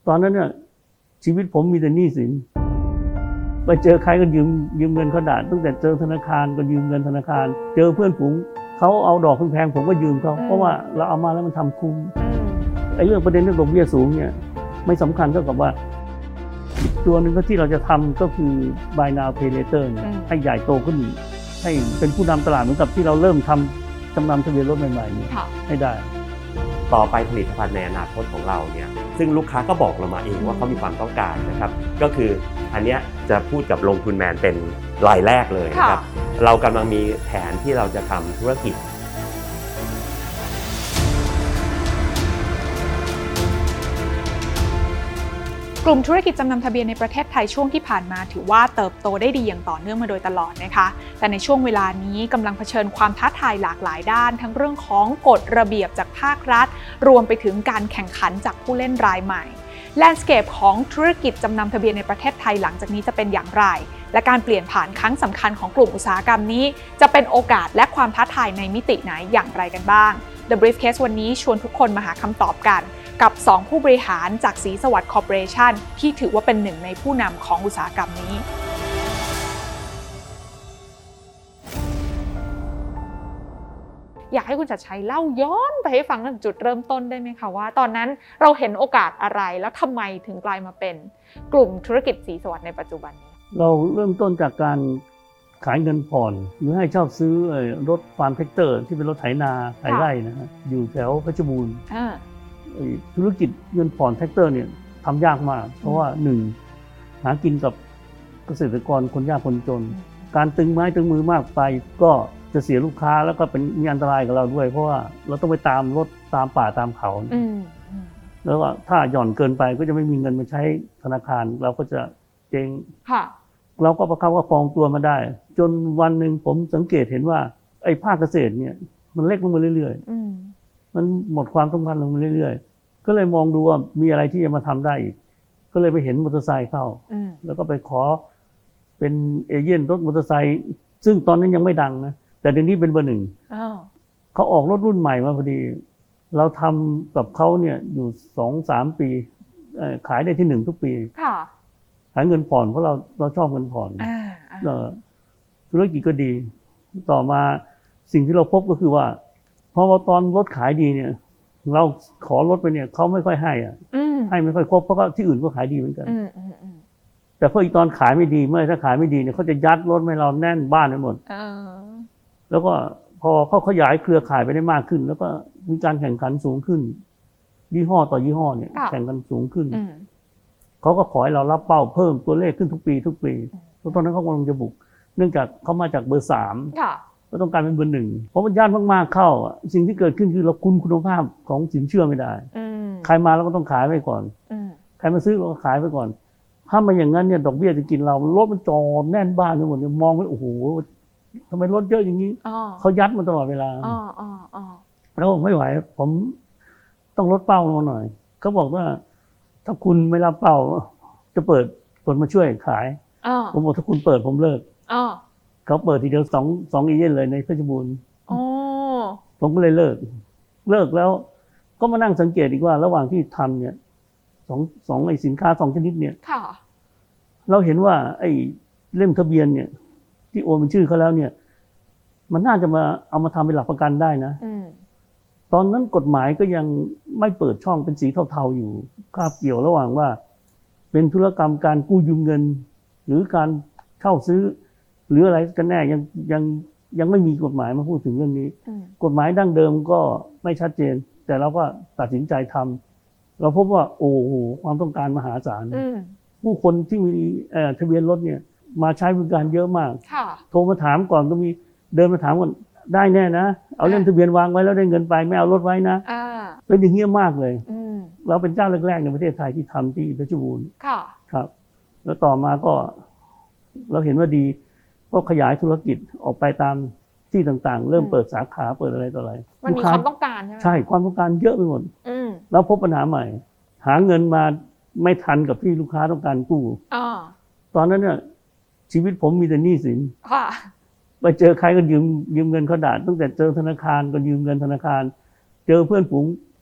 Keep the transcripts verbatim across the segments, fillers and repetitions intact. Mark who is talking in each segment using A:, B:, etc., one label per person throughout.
A: ตอนนั้นเนี่ยชีวิตผมมีแต่หนี้สินไปเจอใครก็ยืมยืมเงินเขาด่าตั้งแต่เจอธนาคารก็ยืมเงินธนาคารเจอเพื่อนฝูงเขาเอาดอกแพงๆผมก็ยืมเขาเพราะว่าเราเอามาแล้วมันทำคุ้มไอ้เรื่องประเด็นเรื่องดอกเบี้ยสูงเนี่ยไม่สำคัญเท่ากับว่าตัวหนึ่งก็ที่เราจะทำก็คือ buy now pay later ให้ใหญ่โตขึ้นให้เป็นผู้นำตลาดเหมือนกับที่เราเริ่มทำจำนำทะเบียนรถใหม่ๆนี้ให้ได้
B: ต่อไปผลิตภัณฑ์ในอนาคตของเราเนี่ยซึ่งลูกค้าก็บอกเรามาเองว่าเขามีความต้องการนะครับก็คืออันเนี้ยจะพูดกับลงทุนแมนเป็นรายแรกเลยนะครับเรากำลังมีแผนที่เราจะทำธุรกิจ
C: กลุ่มธุรกิจจำนำทะเบียนในประเทศไทยช่วงที่ผ่านมาถือว่าเติบโตได้ดีอย่างต่อเนื่องมาโดยตลอดนะคะแต่ในช่วงเวลานี้กำลังเผชิญความท้าทายหลากหลายด้านทั้งเรื่องของกฎระเบียบจากภาครัฐรวมไปถึงการแข่งขันจากผู้เล่นรายใหม่แลนด์สเคปของธุรกิจจำนำทะเบียนในประเทศไทยหลังจากนี้จะเป็นอย่างไรและการเปลี่ยนผ่านครั้งสำคัญของกลุ่มอุตสาหกรรมนี้จะเป็นโอกาสและความท้าทายในมิติไหนอย่างไรกันบ้าง The Briefcase วันนี้ชวนทุกคนมาหาคำตอบกันกับสองผู้บริหารจากศรีสวัสดิ์คอร์ปอเรชั่นที่ถือว่าเป็นหนึ่งในผู้นำของอุตสาหกรรมนี้อยากให้คุณชัดชัยเล่าย้อนไปให้ฟังตั้งแต่จุดเริ่มต้นได้ไหมคะว่าตอนนั้นเราเห็นโอกาสอะไรแล้วทำไมถึงกลายมาเป็นกลุ่มธุรกิจศรีสวัสดิ์ในปัจจุบันนี้
A: เราเริ่มต้นจากการขายเงินผ่อนหรือให้เช่าซื้อรถฟาร์มแท็กเตอร์ที่เป็นรถไถนาไถไร่นะฮะอยู่แถวเพชรบูรณ์ธุรกิจเงินผ่อนแท็กเตอร์เนี่ยทำยากมากเพราะว่าหนึ่งหากินกับเกษตรกรคนยากคนจนการตึงไม้ตึงมือมากไปก็จะเสียลูกค้าแล้วก็เป็นมีอันตรายกับเราด้วยเพราะว่าเราต้องไปตามรถตามป่าตามเขาแล้วก็ถ้าหย่อนเกินไปก็จะไม่มีเงินมาใช้ธนาคารเราก็จะเจ๊งเราก็ประคับประคองตัวมาได้จนวันหนึ่งผมสังเกตเห็นว่าไอ้ภาคเกษตรเนี่ยมันเล็กลงมาเรื่อยๆมันหมดความสำคัญลงมาเรื่อยๆก็เลยมองดูว่ามีอะไรที่จะมาทำได้อีกก็เลยไปเห็นมอเตอร์ไซค์เข้าแล้วก็ไปขอเป็นเอเย่นรถมอเตอร์ไซค์ซึ่งตอนนั้นยังไม่ดังนะแต่เดี๋ยวนี้เป็นเบอร์หนึ่งเขาออกรถรุ่นใหม่มาพอดีเราทำกับเขาเนี่ยอยู่สองสามปีขายได้ที่หนึ่งทุกปีขายเงินผ่อนเพราะเราเราชอบเงินผ่อนธุรกิจก็ดีต่อมาสิ่งที่เราพบก็คือว่าพอตอนรถขายดีเนี่ยเราขอรถไปเนี่ยเขาไม่ค่อยให้อ่ะให้ไม่ค่อยครบเพราะว่าที่อื่นก็ขายดีเหมือนกันแต่พออีกตอนขายไม่ดีเมื่อถ้าขายไม่ดีเนี่ยเขาจะยัดรถให้เราแน่นบ้านไปหมดแล้วก็พอเขาขยายเครือข่ายไปได้มากขึ้นแล้วก็มีการแข่งขันสูงขึ้นยี่ห้อต่อยี่ห้อเนี่ยแข่งกันสูงขึ้นเขาก็ขอให้เรารับเป้าเพิ่มตัวเลขขึ้นทุกปีทุกปีเพราะตอนนั้นเขากำลังจะบุกเนื่องจากเขามาจากเบอร์สามก็ต้องการเป็นเบอร์หนึ่งเพราะมันย่านมากๆเข้าสิ่งที่เกิดขึ้นคือเราคุณคุณภาพของสินเชื่อไม่ได้ใครมาเราก็ต้องขายไปก่อนใครมาซื้อเราก็ขายไปก่อนถ้ามาอย่างนั้นเนี่ยดอกเบี้ยจะกินเรารถมันจอดแน่นบ้านไปหมดเนี่ยมองไปโอ้โหทำไมรถเยอะอย่างนี้เขายัดมาตลอดเวลาแล้วผมไม่ไหวผมต้องลดเป้าลงหน่อยเขาบอกว่าถ้าคุณไม่รับเป้าจะเปิดคนมาช่วยขายผมบอกถ้าคุณเปิดผมเลิกเขาเปิดทีเดียวสองสองเอเย่นเลยในเพชรบูรณ์ผมก็เลยเลิกเลิกแล้วก็มานั่งสังเกตอีกว่าระหว่างที่ทำเนี่ยสองสองไอ้สินค้าสองชนิดเนี่ยเราเห็นว่าไอ้เล่มทะเบียนเนี่ยที่โอนเป็นชื่อเขาแล้วเนี่ยมันน่าจะมาเอามาทำเป็นหลักประกันได้นะตอนนั้นกฎหมายก็ยังไม่เปิดช่องเป็นสีเทาๆอยู่คาบเกี่ยวระหว่างว่าเป็นธุรกรรมการกู้ยืมเงินหรือการเช่าซื้อหรืออะไรกันแน่ยังยังยังไม่มีกฎหมายมาพูดถึงเรื่องนี้กฎหมายดั้งเดิมก็ไม่ชัดเจนแต่เราก็ตัดสินใจทำเราพบว่าโอ้โหความต้องการมหาศาลผู้คนที่มีทะเบียนรถเนี่ยมาใช้บริการเยอะมากโทรมาถามก่อนก็มีเดินมาถามก่อนได้แน่นะเอาเล่มทะเบียนวางไว้แล้วได้เงินไปไม่เอารถไว้นะเป็นอย่างเงี้ยมากเลยเราเป็นเจ้าแรกๆในประเทศไทยที่ทำที่เพชรบูรณ์ครับแล้วต่อมาก็เราเห็นว่าดีก็ขยายธุรกิจออกไปตามที่ต่างๆเริ่มเปิดสาขาเปิดอะไรต่ออะไร
C: มันมีความต้องการใช่ไหม
A: ใช่ความต้องการเยอะไปหมดแล้วพบปัญหาใหม่หาเงินมาไม่ทันกับที่ลูกค้าต้องการกู้ตอนนั้นเนี่ยชีวิตผมมีแต่หนี้สินไปเจอใครก็ยืมยืมเงินเขาด่าตั้งแต่เจอธนาคารก็ยืมเงินธนาคารเจอเพื่อนฝูง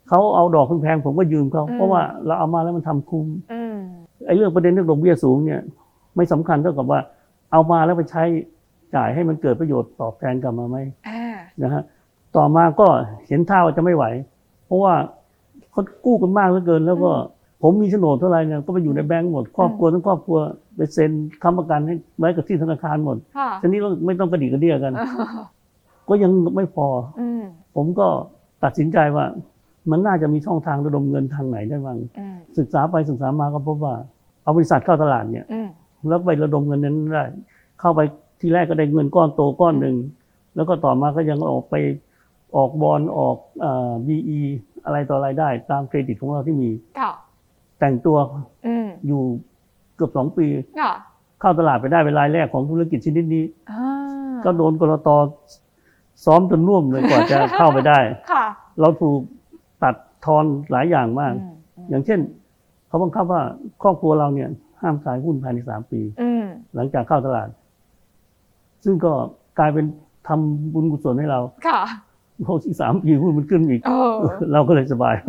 A: เขาเอาดอกแพงๆผมก็ยืมเขาเพราะว่าเราเอามาแล้วมันทำคุ้มไอ้เรื่องประเด็นเรื่องดอกเบี้ยสูงเนี่ยไม่สำคัญเท่ากับว่าเอามาแล้วไปใช้จ่ายให้มันเกิดประโยชน์ตอบแทนกลับมาไหมนะฮะต่อมาก็เห็นท่าว่าจะไม่ไหวเพราะว่าเขากู้กันมากเหลือเกินแล้วก็ผมมีโฉนดเท่าไหร่เนี่ยก็ไปอยู่ในแบงก์หมดครอบครัวทั้งครอบครัวไปเซ็นค้ำประกันให้ไว้กับที่ธนาคารหมดทีนี้เราไม่ต้องกระดิกกระเดี้ยกันก็ยังไม่พอผมก็ตัดสินใจว่ามันน่าจะมีช่องทางระดมเงินทางไหนได้บ้างศึกษาไปศึกษามาก็พบว่าเอาบริษัทเข้าตลาดเนี่ยแล้วไประดมเงินนั้นได้เข้าไปทีแรกก็ได้เงินก้อนโตก้อนหนึ่งแล้วก็ต่อมาก็ยังออกไปออกบอนด์ออกเอ่อ บี อี อะไรต่ออะไรได้ตามเครดิตของเราที่มีแต่งตัวอยู่เกือบสองปีเข้าตลาดไปได้เป็นรายแรกของธุรกิจชนิดนี้ก็โดนกลต.ซ้อมจนน่วมเลยกว่าจะเข้าไปได้เราถูกตัดทอนหลายอย่างมากอย่างเช่นเขาบังคับว่าครอบครัวเราเนี่ยห้ามขายหุ้นภายในสามปีหลังจากเข้าตลาดซึ่งก็กลายเป็นทำบุญกุศลให้เราพออีกสามปีหุ้นมันขึ้นอีกเราก็เลยสบาย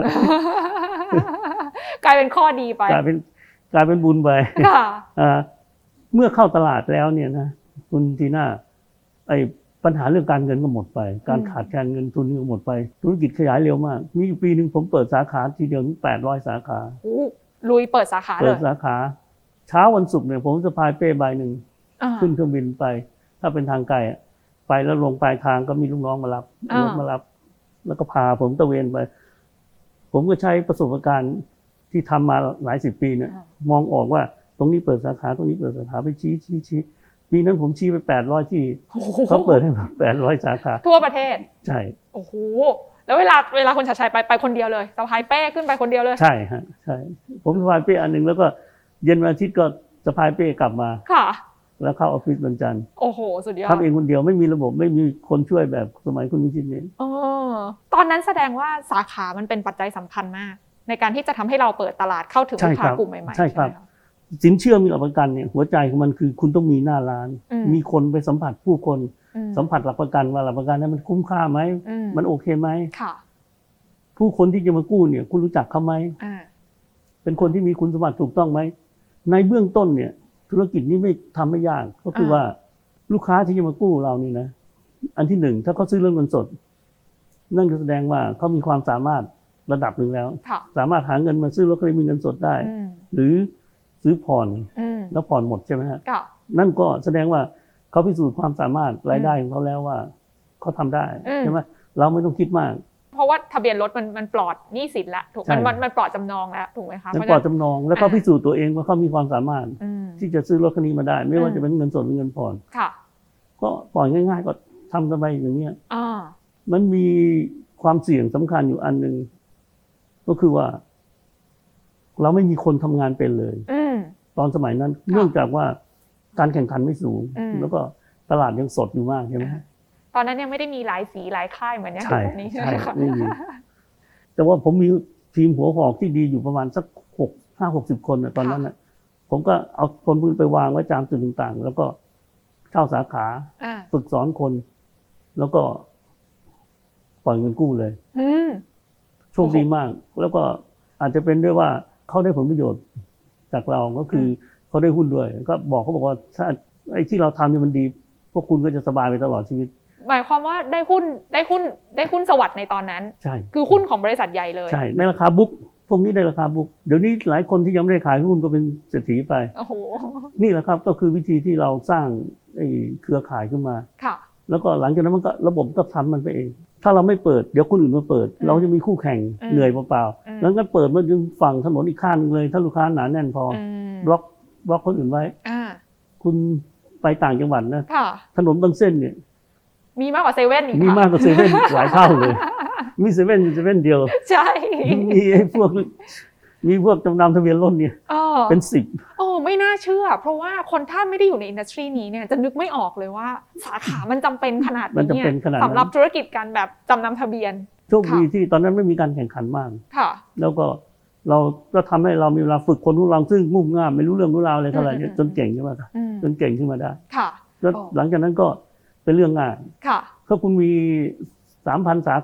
C: กลายเป็นข้อดีไป
A: กลายเป็นกลายเป็นบุญไปเมื่อเข้าตลาดแล้วเนี่ยนะคุณทีน่าไอ้ปัญหาเรื่องการเงินก็หมดไปการขาดแคลนเงินทุนก็หมดไปธุรกิจขยายเร็วมากมีอยู่ปีนึงผมเปิดสาขาทีเดียวถึงแปดร้อยสาขา
C: ลุยเปิดสาขาเลย
A: เปิดสาขาเช้าวันศุกร์เนี่ยผมจะพายเป้ใบหนึ่งขึ้นเครื่องบินไปถ้าเป็นทางไกลไปแล้วลงปลายทางก็มีลูกน้องมารับรถมารับแล้วก็พาผมตะเวนไปผมก็ใช้ประสบการณ์ที่ทำมาหลายสิบปีเนี่ยมองออกว่าตรงนี้เปิดสาขาตรงนี้เปิดสาขาไปชี้ชี้ชี้ปีนั้นผมชี้ไปแปดร้อยที่เขาเปิดให้แปดร้อยสาขา
C: ทั่วประเทศ
A: ใช่
C: โอ้โหแล้วเวลาเวลาคนชัดชัยไปไปคนเดียวเลยสะพายเป้ขึ้นไปคนเดียวเลย
A: ใช่ฮะใช่ผมสะพายเป้อันนึงแล้วก็เย็นวันอาทิตย์ก็สะพายเป้กลับมา
C: ค่ะ
A: แล้วเข้าออฟฟิศวันจันทร์
C: โอ้โหสุดยอด
A: ทำเองคนเดียวไม่มีระบบไม่มีคนช่วยแบบสมัยคุณวิชิตนี่
C: อ๋อตอนนั้นแสดงว่าสาขามันเป็นปัจจัยสำคัญมากในการที่จะทำให้เราเปิดตลาดเข้าถึงลูกค้ากลุ่มใหม่ๆ
A: ใช่ครับสินเชื่อมีหลักประกันเนี่ยหัวใจของมันคือคุณต้องมีหน้าร้านมีคนไปสัมผัสผู้คนสัมผัสหลักประกันว่าหลักประกันนั้นมันคุ้มค่าไหมมันโอเคไหมผู้คนที่จะมากู้เนี่ยคุณรู้จักเขาไหมเป็นคนที่มีคุณสมบัติถูกต้องไหมในเบื้องต้นเนี่ยธุรกิจนี้ไม่ทำไม่ยากก็คือว่าลูกค้าที่จะมากู้เรานี่นะอันที่หนึ่งถ้าเขาซื้อเรื่องเงินสดนั่นก็แสดงว่าเขามีความสามารถระดับหนึ่งแล้วสามารถหาเงินมาซื้อรถก็เลยมีเงินสดได้หรือซื้อผ่อนแล้วผ่อนหมดใช่ไหมฮะนั่นก็แสดงว่าเขาพิสูจน์ความสามารถรายได้ของเขาแล้วว่าเขาทำได้ใช่ไหมเราไม่ต้องคิดมาก
C: เพราะว่าทะเบียนรถมันมันปลอดหนี้สินแล้วถูกมันมันปลอดจำนองแล้วถูกไหมคะ
A: มันปลอดจำนองแล้วเขาพิสูจน์ตัวเองว่าเขามีความสามารถที่จะซื้อรถคันนี้มาได้ไม่ว่าจะเป็นเงินสดหรือเงินผ่อนก็ปล่อยง่ายๆก็ทำกันไปอย่างนี้มันมีความเสี่ยงสำคัญอยู่อันหนึ่งก็คือว่าเราไม่มีคนทำงานเป็นเลยตอนสมัยนั้นเนื่องจากว่าการแข่งขันไม่สูงแล้วก็ตลาดยังสดอยู่มากใช่ไหม
C: ตอนนั้นยังไม่ได้มีหลายสีหลายค่ายเหมือนนี้แบบนี้ใช่ไหมคะ
A: แต่ว่าผมมีทีมหัวหอกที่ดีอยู่ประมาณสักหกห้าหกสิบคนตอนนั้นนะผมก็เอาคนพวกนี้ไปวางไว้ตามจุดต่างๆแล้วก็เช่าสาขาฝึกสอนคนแล้วก็ปล่อยเงินกู้เลยโชคดีมากแล้วก็อาจจะเป็นด้วยว่าเขาได้ผลประโยชน์จากเราก็คือเขาได้หุ้นด้วยก็บอกเขาบอกว่าถ้าไอ้ที่เราทำเนี่ยมันดีพวกคุณก็จะสบายไปตลอดชีวิต
C: หมายความว่าได้หุ้นได้หุ้นได้หุ้นสวัสดิ์ในตอนนั้น
A: ใช่
C: คือหุ้นของบริษัทใหญ่เลย
A: ใช่ในราคาบุ๊กพวกนี้ได้ราคาบุ๊กเดี๋ยวนี้หลายคนที่ยังไม่ได้ขายหุ้นก็เป็นเศรษฐีไป
C: โอ้โห
A: นี่แหละครับก็คือวิธีที่เราสร้างไอ้เครือข่ายขึ้นมา
C: ค่ะ
A: แล้วก็หลังจากนั้นมันก็ระบบก็ทำมันไปเองถ้าเราไม่เปิดเดี๋ยวคนอื่นมาเปิดเราจะมีคู่แข่งเหนื่อยเปล่าๆแล้วก็เปิดมาจนฝั่งถนนอีกข้างเลยถ้าลูกค้าหนาแน่นพอบล็อกบล็อกคนอื่นไว้คุณไปต่างจังหวัดนะถนนบางเส้นเนี่ย
C: มีมากกว่าเซเว่นอีก
A: มีมากกว่าเซเว่นหลายเท่าเลยมีเซเว่นเซเว่นเดียว
C: ใช่
A: มีไอ้พวกมีพวกจำนำทะเบียนรถเนี่ยเป็นสิบ
C: โอ้ไม่น่าเชื่อเพราะว่าคนท่านไม่ได้อยู่ในอินดัสทรีนี้เนี่ยจะนึกไม่ออกเลยว่าสาขามันจำเป็นขนาดนี้เนี่ยสำหรับธุรกิจการแบบจำนำทะเบียน
A: โชคดีที่ตอนนั้นไม่มีการแข่งขันมากแล้วก็เราก็ทำให้เรามีเวลาฝึกคนของเราซึ่งงุ่มง่ามไม่รู้เรื่องรู้ราวอะไรเท่าไหร่จนเก่งขึ้นมาจนเก่งขึ้นมาได้แล้วหลังจากนั้นก็เป็นเรื่องง่ายถ้าคุณมี สามพัน สาขา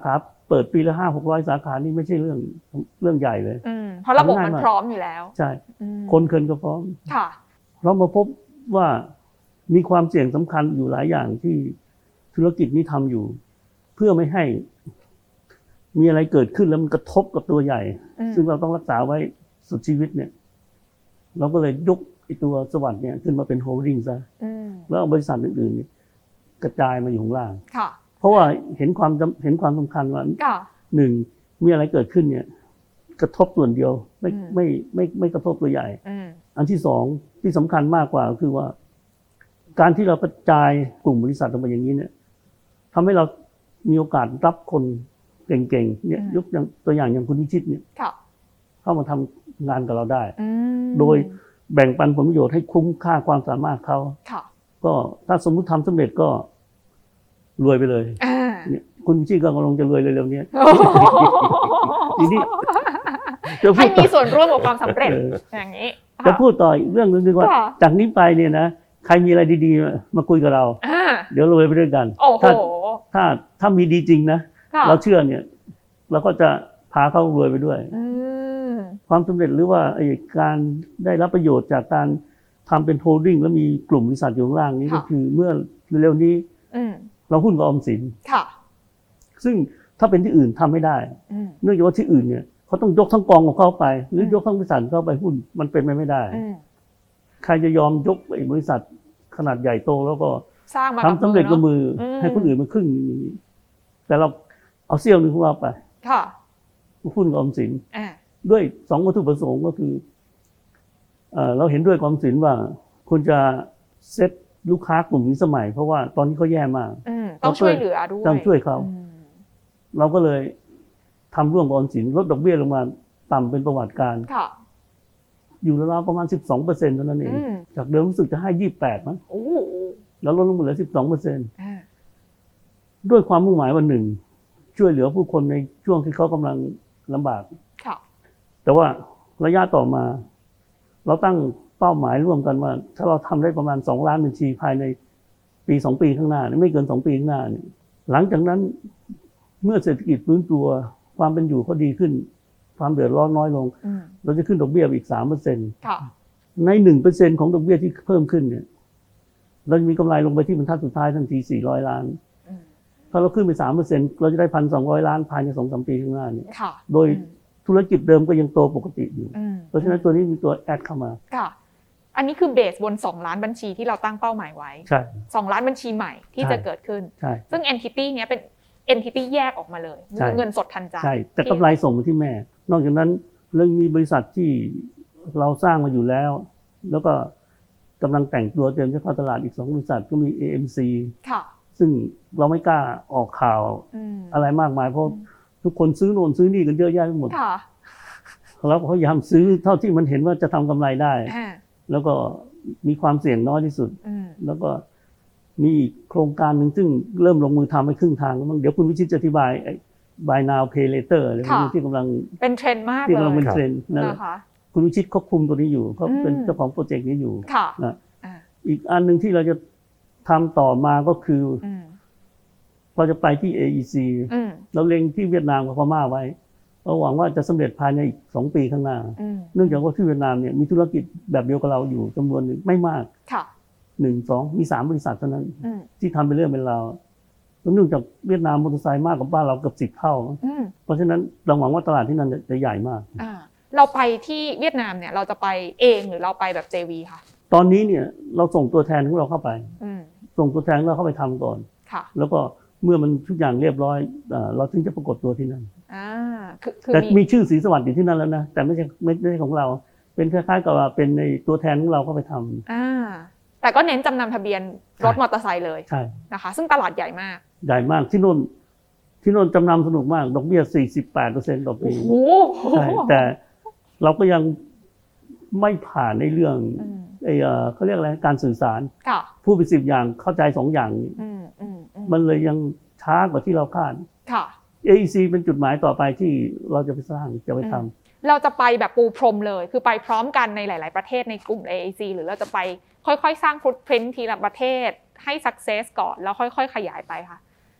A: เปิดปีละห้าหกร้อยสาขานี่ไม่ใช่เรื่องเรื่องใหญ่เลย
C: เพราะระบบมันพร้อมอยู่แล้ว
A: ใช่คนเคินก็พร้อม
C: ค่ะ
A: เรามาพบว่ามีความเสี่ยงสำคัญอยู่หลายอย่างที่ธุรกิจนี้ทำอยู่เพื่อไม่ให้มีอะไรเกิดขึ้นแล้วมันกระทบกับตัวใหญ่ซึ่งเราต้องรักษาไว้สุดชีวิตเนี่ยเราก็เลยยกไอ้ตัวสวัสดิ์เนี่ยขึ้นมาเป็นโฮลดิ้งซะแล้วเอาบริษัทอื่นๆเนี่ยกระจายมาอยู่ข้างล่างเพราะว่าเห็นความเห็นความสำคัญว่าหนึ่งมีอะไรเกิดขึ้นเนี่ยกระทบส่วนเดียวไม่ไม่ไม่ไม่กระทบตัวใหญ่อันที่สองที่สำคัญมากกว่าคือว่าการที่เรากระจายกลุ่มบริษัทออกมาอย่างนี้เนี่ยทำให้เรามีโอกาสรับคนเก่งๆเนี่ยยกตัวอย่างอย่างคุณวิชิตเนี่ยเข้ามาทำงานกับเราได้โดยแบ่งปันผลประโยชน์ให้คุ้มค่าความสามารถเขาก็ถ้าสมมุติทำสำเร็จก็รวยไปเลยเนี่ยคุณวิชิตก็กำลังจะรวยเร็วๆนี้ทีนี้
C: ให้มีส่วนร่วมกับความสำเร็จอย่างนี้
A: จะพูดต่ออีกเรื่องนึงดีกว่าจากนี้ไปเนี่ยนะใครมีอะไรดีๆมาคุยกับเราเดี๋ยวรวยไปด้วยกันถ้าถ้าถ้ามีดีจริงนะเราเชื่อเนี่ยเราก็จะพาเขารวยไปด้วยความสำเร็จหรือว่าการได้รับประโยชน์จากการทำเป็นโฮลดิ้งแล้วมีกลุ่มบริษัทอยู่ข้างล่างนี้ก็คือเมื่อเร็วนี้เราหุ้นกับออมสินซึ่งถ้าเป็นที่อื่นทำไม่ได้เนื่องจากว่าที่อื่นเนี่ยเขาต้องยกทั้งกองของเขาไปหรือยกทั้งบริษัทเข้าไปหุ้นมันเป็นไปไม่ได้ใครจะยอมยกบริษัทขนาดใหญ่โตแล้วก็ทำสำเร็จกับมือให้คนอื่นมาครึ่งแต่เราเอาเสี้ยวนึงของเราไปหุ้นกับออมสินด้วยสองวัตถุประสงค์ก็คือเราเห็นด้วยกับออมสินว่าควรจะเซตลูกค้ากลุ่มนี้สมัยเพราะว่าตอนนี้เขาแย่มาก
C: ต้องช่วยเหลือด้วย
A: ต้องช่วยเขาเราก็เลยทำร่วมกับออมสินลดดอกเบี้ยลงมาต่ำเป็นประวัติการอยู่ราวๆประมาณ สิบสองเปอร์เซ็นต์ เท่านั้นเองจากเดิมรู้สึกจะให้ยี่สิบแปดมั้งแล้วลดลงมาเหลือ สิบสองเปอร์เซ็นต์ ด้วยความมุ่งหมายวันหนึ่งช่วยเหลือผู้คนในช่วงที่เขากำลังลำบากแต่ว่าระยะต่อมาเราตั้งเป้าหมายร่วมกันว่าถ้าเราทำได้ประมาณสองล้านบัญชีภายในปีสองปีข้างหน้าไม่เกินสองปีข้างหน้าเนี่ยหลังจากนั้นเมื่อเศรษฐกิจฟื้นตัวความเป็นอยู่เขาดีขึ้นความเดือดร้อนน้อยลงเราจะขึ้นดอกเบี้ยอีก สามเปอร์เซ็นต์ ใน หนึ่งเปอร์เซ็นต์ ของดอกเบี้ยที่เพิ่มขึ้นเนี่ยเราจะมีกำไรลงไปที่บรรทัดสุดท้ายทันทีสี่ร้อยล้านถ้าเราขึ้นไป สามเปอร์เซ็นต์ เราจะได้ หนึ่งพันสองร้อย ล้านภายใน สองถึงสาม ปีข้างหน้าเนี่ยโดยธุรกิจเดิมก็ยังโตปกติอยู่เพราะฉะนั้นตัวนี้มีตัวแอดเข้ามา
C: ค่ะอันนี้คือเบสบนสองล้านบัญชีที่เราตั้งเป้าหมายไว้
A: ใช่
C: สองล้านบัญชีใหม่ที่จะเกิดขึ้นซึ่ง entity เนี้ยเป็น entity แยกออกมาเลยเงินสดทันใจ
A: ใช่แต่กำไรส่งมาที่แม่นอกจากนั้นเรื่องมีบริษัทที่เราสร้างมาอยู่แล้วแล้วก็กำลังแต่งตัวเตรียมจะเข้าตลาดอีกสองบริษัทก็มี เอ เอ็ม ซี
C: ค่ะ
A: ซึ่งเราไม่กล้าออกข่าวอะไรมากมายเพราะทุกคนซื้อโน่นซื้อนี่กันเยอะแยะไปหมดแล้วเขาพยายามซื้อเท่าที่มันเห็นว่าจะทำกำไรได้แล้วก็มีความเสี่ยงน้อยที่สุดแล้วก็มีอีกโครงการหนึ่งซึ่งเริ่มลงมือทำไปครึ่งทางแล้วมั้งเดี๋ยวคุณวิชิตจะอธิบาย buy now pay later อะไรที่กำลัง
C: เป็นเทรนด์มากเลย
A: ที่กำลังเป็นเทรนด์นะคะคุณวิชิตควบคุมตัวนี้อยู่เขาเป็นเจ้าของโปรเจกต์นี้อยู่นะอีกอันหนึ่งที่เราจะทำต่อมาก็คือเราจะไปที่ เอ อี ซี เราเล็งที่เวียดนามกับพม่าไว้เราหวังว่าจะสำเร็จภายในอีกสองปีข้างหน้าเนื่องจากว่าที่เวียดนามเนี่ยมีธุรกิจแบบเดียวกับเราอยู่จำนวนหนึ่งไม่มากหนึ่งสองมีสามบริษัทเท่านั้นที่ทำเป็นเรื่องเป็นราวแล้วเนื่องจากเวียดนามมอเตอร์ไซค์มากกว่าบ้านเราเกือบสิบเท่าเพราะฉะนั้นเราหวังว่าตลาดที่นั่นจะใหญ่มาก
C: เราไปที่เวียดนามเนี่ยเราจะไปเองหรือเราไปแบบ เจ วี ค่ะ
A: ตอนนี้เนี่ยเราส่งตัวแทนของเราเข้าไปส่งตัวแทนเราเข้าไปทำก่อนแล้วก็เมื่อมันทุกอย่างเรียบร้อยเราถึงจะปรากฏตัวที่นั่นแต่มีชื่อศรีสวัสดิ์อยู่ที่นั่นแล้วนะแต่ไม่ใช่ไม่ใช่ของเราเป็นคล้ายๆกับว่าเป็นในตัวแทนของเราเข้าไปท
C: ำแต่ก็เน้นจำนำทะเบียนรถมอเตอร์ไซค์เลยนะคะซึ่งตลาดใหญ่มาก
A: ใหญ่มากที่โน่นที่โน่นจำนำสนุกมากดอกเบี้ย สี่สิบแปดเปอร์เซ็นต์ ต่อปีใช่แต่เราก็ยังไม่ผ่านในเรื่องไอ้เขาเรียกอะไรการสื่อสารพูดไปสิบอย่างเข้าใจสองอย่างมันเลยยังช้ากว่าที่เราคาด เอ อี ซี เป็นจุดหมายต่อไปที่เราจะไปสร้างจะไปท
C: ำเราจะไปแบบปูพรมเลยคือไปพร้อมกันในหลายๆประเทศในกลุ่ม เอ อี ซี หรือเราจะไปค่อยๆสร้างฟุตพริ้นท์ทีละประเทศให้ success ก่อนแล้วค่อยๆขยายไปค่ะ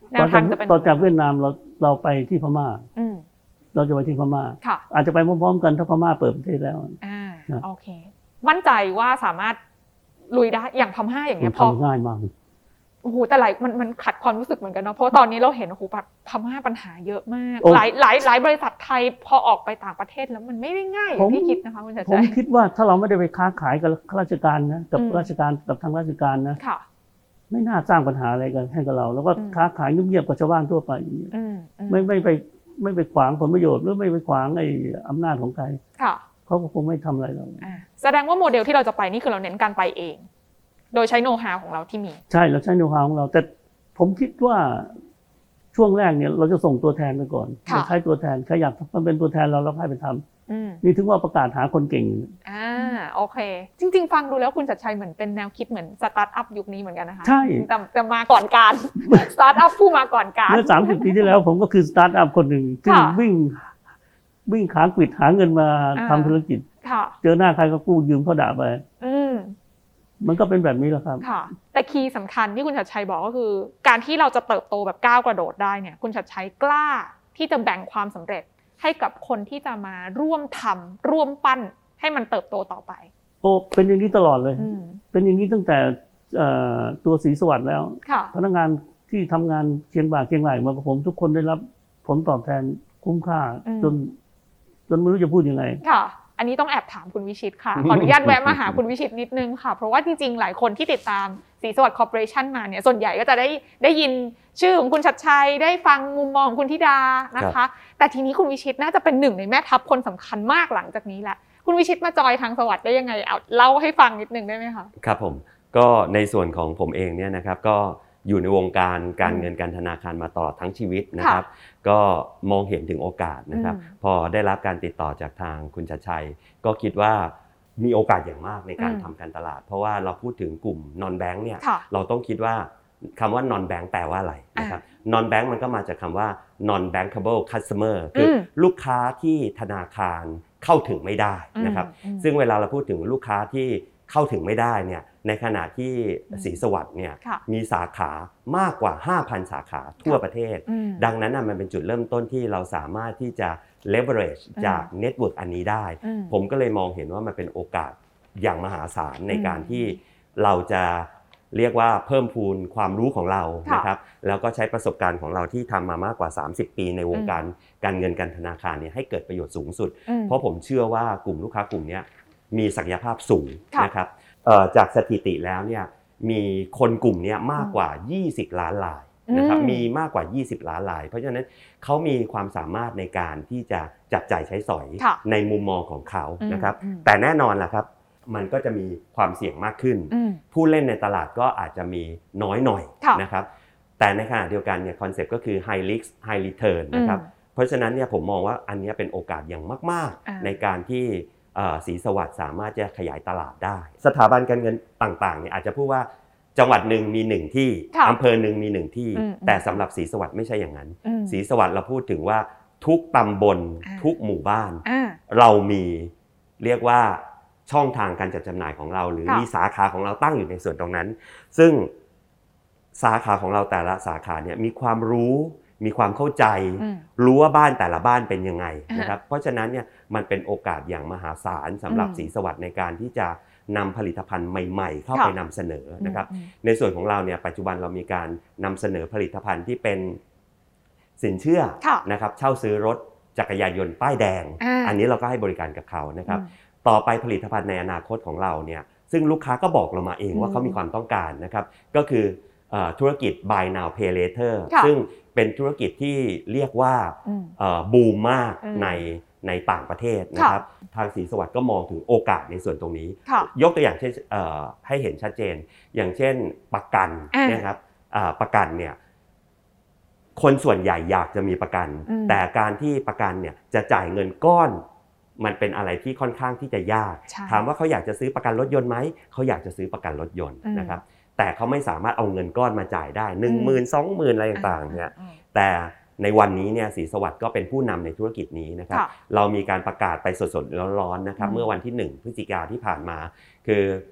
C: แนวทางจะเป็น
A: ต่อจากเวียดนามเราเราไปที่พม่าเราจะไปที่พม่าอาจจะไปพร้อมๆกันถ้าพม่าเปิดประเทศแล้ว
C: อ่าโอเคมั่นใจว่าสามารถลุยได้อย่างพม่าอย่างเงี้ยพอ
A: ง่ายมาก
C: โอ้โหแต่หลายมันมันขัดความรู้สึกเหมือนกันเนาะเพราะตอนนี้เราเห็นโอ้โหพม่าปัญหาเยอะมากหลายหลายหลายบริษัทไทยพอออกไปต่างประเทศแล้วมันไม่ได้ง่ายอย่างที่คิดนะคะคุณชัดชัย
A: ผมคิดว่าถ้าเราไม่ได้ไปค้าขายกับข้าราชการนะกับราชการกับทางราชการนะไม่น่าสร้างปัญหาอะไรกันให้กับเราแล้วก็ค้าขายเงียบๆกับชาวบ้านทั่วไปอย่างนี้ไม่ไม่ไปไม่ไปขวางผลประโยชน์หรือไม่ไปขวางไอ้อำนาจของใครเขาก็คงไม่ทำอะไรเรา
C: แสดงว่าโมเดลที่เราจะไปนี่คือเราเน้นการไปเองโดยใช้โน้ตฮาวของเราที่มี
A: ใช่เราใช้โน้ตฮาวของเราแต่ผมคิดว่าช่วงแรกเนี่ยเราจะส่งตัวแทนไปก่อนเราใช้ตัวแทนใครอยากมันเป็นตัวแทนเราเราให้ไปทำนี่ถึงว่าประกาศหาคนเก่ง
C: อ่าโอเคจริงๆฟังดูแล้วคุณชัดชัยเหมือนเป็นแนวคิดเหมือนสตาร์ทอัพยุคนี้เหมือนกันนะคะ
A: ใช่
C: แต่แต่มาก่อนการสตาร์ทอัพผู้มาก่อนการ
A: เมื่อสามสิบปีที่แล้วผมก็คือสตาร์ทอัพคนหนึ่งที่วิ่งวิ่งขากวิดหาเงินมาทำธุรกิจเจอหน้าใครก็กู้ยืมเขาด่าไปมันก็เป็นแบบนี้แหละครับ
C: ค่ะแต่คีย์สำคัญที่คุณชัดชัยบอกก็คือการที่เราจะเติบโตแบบก้าวกระโดดได้เนี่ยคุณชัดชัยกล้าที่จะแบ่งความสำเร็จให้กับคนที่จะมาร่วมทำร่วมปั้นให้มันเติบโตต่อไป
A: โอ้เป็นอย่างนี้ตลอดเลยเป็นอย่างนี้ตั้งแต่ตัวศรีสวัสดิ์แล้วพนักงานที่ทำงานเชียงบ่าเชียงไหลมากับผมทุกคนได้รับผลตอบแทนคุ้มค่าจนจนไม่รู้จะพูดยังไง
C: ค่ะอันนี้ต้องแอบถามคุณวิชิตค่ะขออนุญาตแวะมาหาคุณวิชิตนิดนึงค่ะเพราะว่าจริงๆหลายคนที่ติดตามศรีสวัสดิ์คอร์ปอเรชั่นมาเนี่ยส่วนใหญ่ก็จะได้ได้ยินชื่อของคุณชัดชัยได้ฟังมุมมองของคุณธิดานะคะแต่ทีนี้คุณวิชิตน่าจะเป็นหนึ่งในแม่ทัพคนสำคัญมากหลังจากนี้แหละคุณวิชิตมาจอยทางสวัสดิ์ได้ยังไงเอาเล่าให้ฟังนิดนึงได้ไหมคะ
B: ครับผมก็ในส่วนของผมเองเนี่ยนะครับก็อยู่ในวงการการเงินการธนาคารมาตลอดทั้งชีวิตนะครับก็มองเห็นถึงโอกาสนะครับพอได้รับการติดต่อจากทางคุณชัดชัยก็คิดว่ามีโอกาสอย่างมากในการทำการตลาดเพราะว่าเราพูดถึงกลุ่ม non bank เนี่ยเราต้องคิดว่าคำว่า non bank แปลว่าอะไรนะครับ non bank มันก็มาจากคำว่า non bankable customer คือลูกค้าที่ธนาคารเข้าถึงไม่ได้นะครับซึ่งเวลาเราพูดถึงลูกค้าที่เข้าถึงไม่ได้เนี่ยในขณะที่ศรีสวัสดิ์เนี่ยมีสาขามากกว่า ห้าพัน สาขาทั่วประเทศดังนั้นน่ะมันเป็นจุดเริ่มต้นที่เราสามารถที่จะ leverage จาก network อันนี้ได้ผมก็เลยมองเห็นว่ามันเป็นโอกาสอย่างมหาศาลในการที่เราจะเรียกว่าเพิ่มพูนความรู้ของเรานะครับแล้วก็ใช้ประสบการณ์ของเราที่ทำมามากกว่าสามสิบปีในวงการการเงินการธนาคารเนี่ยให้เกิดประโยชน์สูงสุดเพราะผมเชื่อว่ากลุ่มลูกค้ากลุ่มนี้มีศักยภาพสูงนะครับจากสถิติแล้วเนี่ยมีคนกลุ่มนี้มากกว่ายี่สิบล้านรายนะครับมีมากกว่ายี่สิบล้านรายเพราะฉะนั้นเขามีความสามารถในการที่จะจับจ่ายใช้สอยในมุมมองของเขานะครับแต่แน่นอนล่ะครับมันก็จะมีความเสี่ยงมากขึ้นผู้เล่นในตลาดก็อาจจะมีน้อยหน่อยนะครับแต่ในขณะเดียวกันเนี่ยคอนเซ็ปต์ก็คือ high risk high return นะครับเพราะฉะนั้นเนี่ยผมมองว่าอันนี้เป็นโอกาสอย่างมากๆในการที่ศรีสวัสดิ์สามารถจะขยายตลาดได้สถาบันการเงินต่างๆเนี่ยอาจจะพูดว่าจังหวัดหนึ่งมีหนึ่งที่อำเภอหนึ่งมีหนึ่งที่แต่สำหรับศรีสวัสดิ์ไม่ใช่อย่างนั้นศรีสวัสดิ์เราพูดถึงว่าทุกตำบลทุกหมู่บ้านเรามีเรียกว่าช่องทางการจัดจำหน่ายของเราหรือมีสาขาของเราตั้งอยู่ในส่วนตรงนั้นซึ่งสาขาของเราแต่ละสาขาเนี่ยมีความรู้มีความเข้าใจรู้ว่าบ้านแต่ละบ้านเป็นยังไงนะครับเพราะฉะนั้นเนี่ยมันเป็นโอกาสอย่างมหาศาลสำหรับศรีสวัสดิ์ในการที่จะนำผลิตภัณฑ์ใหม่ๆเข้าไปนำเสนอนะครับในส่วนของเราเนี่ยปัจจุบันเรามีการนำเสนอผลิตภัณฑ์ที่เป็นสินเชื่อนะครับเช่าซื้อรถจักรยานยนต์ป้ายแดงอันนี้เราก็ให้บริการกับเขานะครับต่อไปผลิตภัณฑ์ในอนาคตของเราเนี่ยซึ่งลูกค้าก็บอกเรามาเองว่าเขามีความต้องการนะครับก็คือธุรกิจ buy now pay later ซึ่งเป็นธุรกิจที่เรียกว่าบูมมากในในต่างประเทศนะครับทางศรีสวัสดิ์ก็มองถึงโอกาสในส่วนตรงนี้ยกตัวอย่างเช่นให้เห็นชัดเจนอย่างเช่นประกันนะครับประกันเนี่ยคนส่วนใหญ่อยากจะมีประกันแต่การที่ประกันเนี่ยจะจ่ายเงินก้อนมันเป็นอะไรที่ค่อนข้างที่จะยากถามว่าเขาอยากจะซื้อประกันรถยนต์ไหมเขาอยากจะซื้อประกันรถยนต์นะครับแต่เขาไม่สามารถเอาเงินก้อนมาจ่ายได้ หนึ่งหมื่น สองหมื่น อะไรต่างๆเนี่ยแต่ในวันนี้เนี่ยศรีสวัสดิ์ก็เป็นผู้นำในธุรกิจนี้นะครับเรามีการประกาศไปสดๆร้อนๆนะครับเมื่อวันที่หนึ่งพฤศจิกายนที่ผ่านมาคือ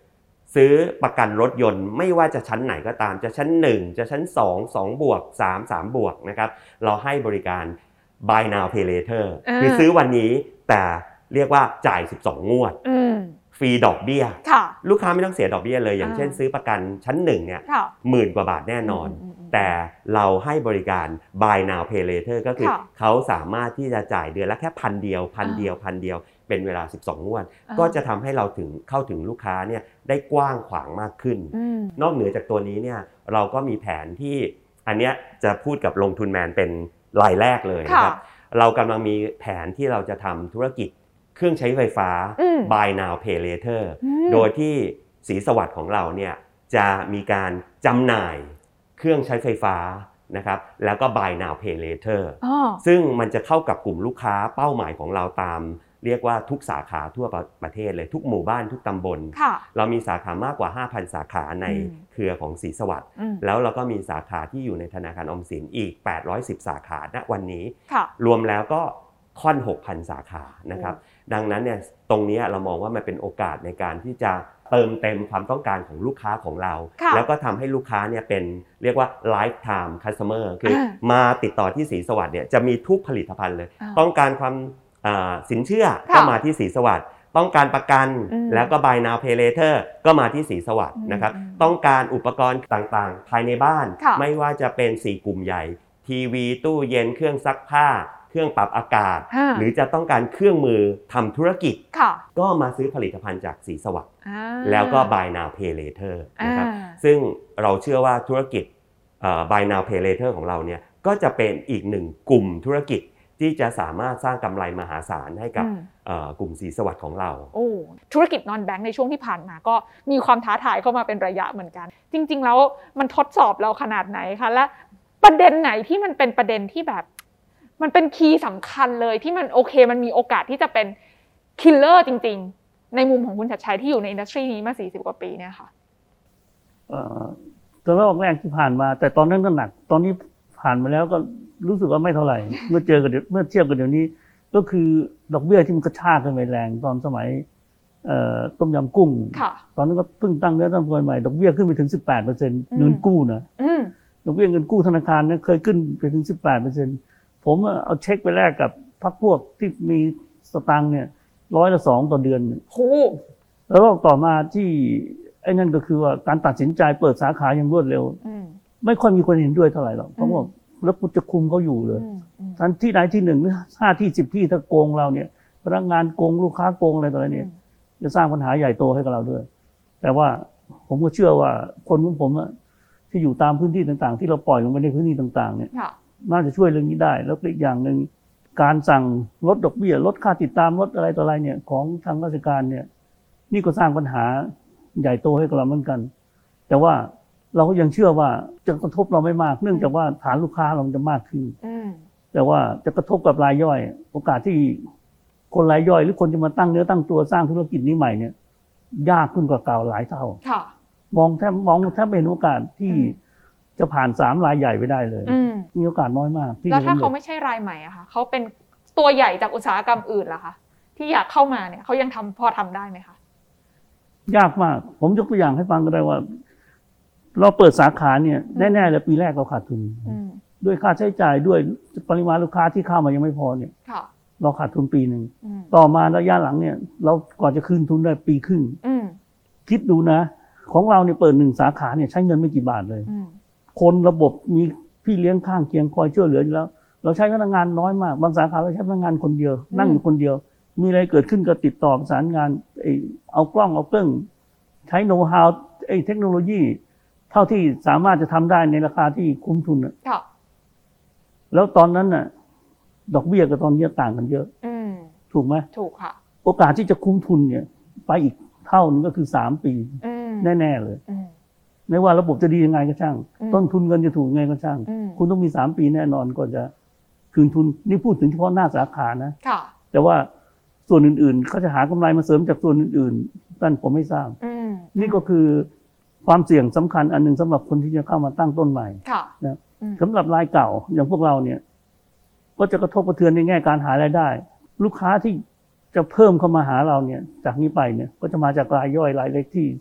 B: ซื้อประกันรถยนต์ไม่ว่าจะชั้นไหนก็ตามจะชั้นหนึ่งจะชั้นสอง สองบวกสาม สามบวกนะครับเราให้บริการ buy now pay later คือซื้อวันนี้แต่เรียกว่าจ่ายสิบสองงวดฟรีดอกเบี้ยลูกค้าไม่ต้องเสียดอกเบี้ยเลยอย่างเช่นซื้อประกันชั้นหนึ่งเนี่ยหมื่นกว่าบาทแน่นอนแต่เราให้บริการ buy now pay later ก็คือเขาสามารถที่จะจ่ายเดือนละแค่พันเดียวพันเดียวพันเดียวเป็นเวลาสิบสองงวดก็จะทำให้เราถึงเข้าถึงลูกค้าเนี่ยได้กว้างขวางมากขึ้นนอกเหนือจากตัวนี้เนี่ยเราก็มีแผนที่อันเนี้ยจะพูดกับลงทุนแมนเป็นรายแรกเลยนะครับเรากำลังมีแผนที่เราจะทำธุรกิจเครื่องใช้ไฟฟ้า buy now pay later โดยที่ศรีสวัสดิ์ของเราเนี่ยจะมีการจำหน่ายเครื่องใช้ไฟฟ้านะครับแล้วก็ buy now pay later ซึ่งมันจะเข้ากับกลุ่มลูกค้าเป้าหมายของเราตามเรียกว่าทุกสาขาทั่วประเทศเลยทุกหมู่บ้านทุกตำบลเรามีสาขามากกว่า ห้าพัน สาขาในเครือของศรีสวัสดิ์แล้วเราก็มีสาขาที่อยู่ในธนาคารออมสินอีกแปดร้อยสิบสาขาณวันนี้รวมแล้วก็ค่อน หกพัน สาขานะครับดังนั้นเนี่ยตรงนี้เรามองว่ามันเป็นโอกาสในการที่จะเติมเต็มความต้องการของลูกค้าของเราแล้วก็ทำให้ลูกค้าเนี่ยเป็นเรียกว่า lifetime customer คือมาติดต่อที่ศรีสวัสดิ์เนี่ยจะมีทุกผลิตภัณฑ์เลยต้องการความสินเชื่อก็มาที่ศรีสวัสดิ์ต้องการประกันแล้วก็ buy now pay later ก็มาที่ศรีสวัสดิ์นะครับต้องการอุปกรณ์ต่างๆภายในบ้านไม่ว่าจะเป็นสี่กลุ่มใหญ่ทีวีตู้เย็นเครื่องซักผ้าเครื่องปรับอากาศหรือจะต้องการเครื่องมือทำธุรกิจก็มาซื้อผลิตภัณฑ์จากศรีสวัสดิ์แล้วก็ buy now pay later นะครับซึ่งเราเชื่อว่าธุรกิจ buy now pay later ของเราเนี่ยก็จะเป็นอีกหนึ่งกลุ่มธุรกิจที่จะสามารถสร้างกำไรมหาศาลให้กับกลุ่มศรีสวัสดิ์ของเราโอ้
C: ธุรกิจนอนแบงค์ในช่วงที่ผ่านมาก็มีความท้าทายเข้ามาเป็นระยะเหมือนกันจริงๆแล้วมันทดสอบเราขนาดไหนคะและประเด็นไหนที่มันเป็นประเด็นที่แบบมันเป็นคีย์สำคัญเลยที่มันโอเคมันมีโอกาสที่จะเป็นคิลเลอร์จริงๆในมุมของคุณชัดชัยที่อยู่ในอินดัสทรีนี้มาสี่สิบกว่าปีเนี่ยค่ะ
A: เอ่อตอนแรกที่ผ่านมาแต่ตอนนั้นก็หนักตอนนี้ผ่านมาแล้วก็รู้สึกว่าไม่เท่าไหร่เมื่อเจอกันเมื่อเทียบกันเดี๋ยวนี้ก็คือดอกเบี้ยที่มันกระชากขึ้นไปแรงตอนสมัยต้มยำกุ้งตอนนั้นก็เพิ่งตั้งเนื้อตั้งตัวใหม่ดอกเบี้ยขึ้นไปถึง สิบแปดเปอร์เซ็นต์ เงินกู้นะดอกเบี้ยเงินกู้ธนาคารเนี่ยเคยขึ้นไปถึง สิบแปดเปอร์เซ็นต์ ผมเอาเช็คไปแลกกับพรรคพวกที่มีสตางค์เนี่ยร้อยละสองต่อเดือนโอ้แล้วก็ต่อมาที่ไอ้นั่นก็คือว่าการตัดสินใจเปิดสาขาอย่างรวดเร็วไม่ค่อยมีคนเห็นด้วยเท่าไหร่หรอกเพราะว่าแล้วกูจะคุมเขาอยู่เลยทันที่ไหนที่หนึ่งหรือห้าที่สิบที่ถ้าโกงเราเนี่ยพนักงานโกงลูกค้าโกงอะไรต่ออะไรเนี่ยจะสร้างปัญหาใหญ่โตให้กับเราด้วยแต่ว่าผมก็เชื่อว่าคนของผมที่อยู่ตามพื้นที่ต่างๆที่เราปล่อยลงไปในพื้นที่ต่างๆเนี่ยน่าจะช่วยเรื่องนี้ได้แล้วอีกอย่างนึงการสั่งลดดอกเบี้ยลดค่าติดตามลดอะไรต่ออะไรเนี่ยของทางราชการเนี่ยนี่ก็สร้างปัญหาใหญ่โตให้กับเราเหมือนกันแต่ว่าเราก็ยังเชื่อว่าจะกระทบเราไม่มากเนื่องจากว่าฐานลูกค้าเราจะมากขึ้นแต่ว่าจะกระทบกับรายย่อยโอกาสที่คนรายย่อยหรือคนจะมาตั้งเนื้อตั้งตัวสร้างธุรกิจนี้ใหม่เนี่ยยากขึ้นกว่าเก่าหลายเท่ามองแทบมองแทบไม่เห็นโอกาสที่จะผ่านสามรายใหญ่ไปได้เลยมีโอกาสน้อยมาก
C: แล้วถ้าเขาไม่ใช่รายใหม่อะคะเขาเป็นตัวใหญ่จากอุตสาหกรรมอื่นล่ะคะที่อยากเข้ามาเนี่ยเขายังทำพอทำได้ไหมคะ
A: ยากมากผมยกตัวอย่างให้ฟังก็ได้ว่าเราเปิดสาขาเนี่ยแน่ๆเลยปีแรกเราขาดทุนด้วยค่าใช้จ่ายด้วยปริมาณลูกค้าที่เข้ามายังไม่พอเนี่ยเราขาดทุนปีหนึ่งต่อมาระยะหลังเนี่ยเราก่อนจะคืนทุนได้ปีครึ่งคิดดูนะของเราเนี่ยเปิดหนึ่งสาขาเนี่ยใช้เงินไม่กี่บาทเลยคนระบบมีพี่เลี้ยงข้างเคียงคอยช่วยเหลืออยู่แล้วเราใช้พนักงานน้อยมากบางสาขาเราใช้พนักงานคนเดียวนั่งอยู่คนเดียวมีอะไรเกิดขึ้นก็ติดต่อประสานงานเอากล้องเอาเครื่องใช้โน้ตฮาวไอ้เทคโนโลยีเท่าที่สามารถจะทำได้ในราคาที่คุ้มทุนอ่ะแล้วตอนนั้นน่ะดอกเบี้ยกับตอนนี้ต่างกันเยอะถูกไหม
C: ถูกค่ะ
A: โอกาสที่จะคุ้มทุนเนี่ยไปอีกเท่านึงก็คือสามปีแน่ๆเลยไม่ว่าระบบจะดียังไงก็ช่างต้นทุนเงินจะถูกยังไงก็ช่างคุณต้องมีสามปีแน่นอนก่อนจะคืนทุนนี่พูดถึงเฉพาะหน้าสาขานะแต่ว่าส่วนอื่นๆเขาจะหากำไรมาเสริมจากส่วนอื่นๆนั่นผมไม่ทราบนี่ก็คือความเสี่ยงสำคัญอันหนึ่งสำหรับคนที่จะเข้ามาตั้งต้นใหม่นะสำหรับรายเก่าอย่างพวกเราเนี่ยก็จะกระทบกระเทือนในแง่การหารายได้ลูกค้าที่จะเพิ่มเข้ามาหาเราเนี่ยจากนี้ไปเนี่ยก็จะมาจากรายย่อยรายเล็กที่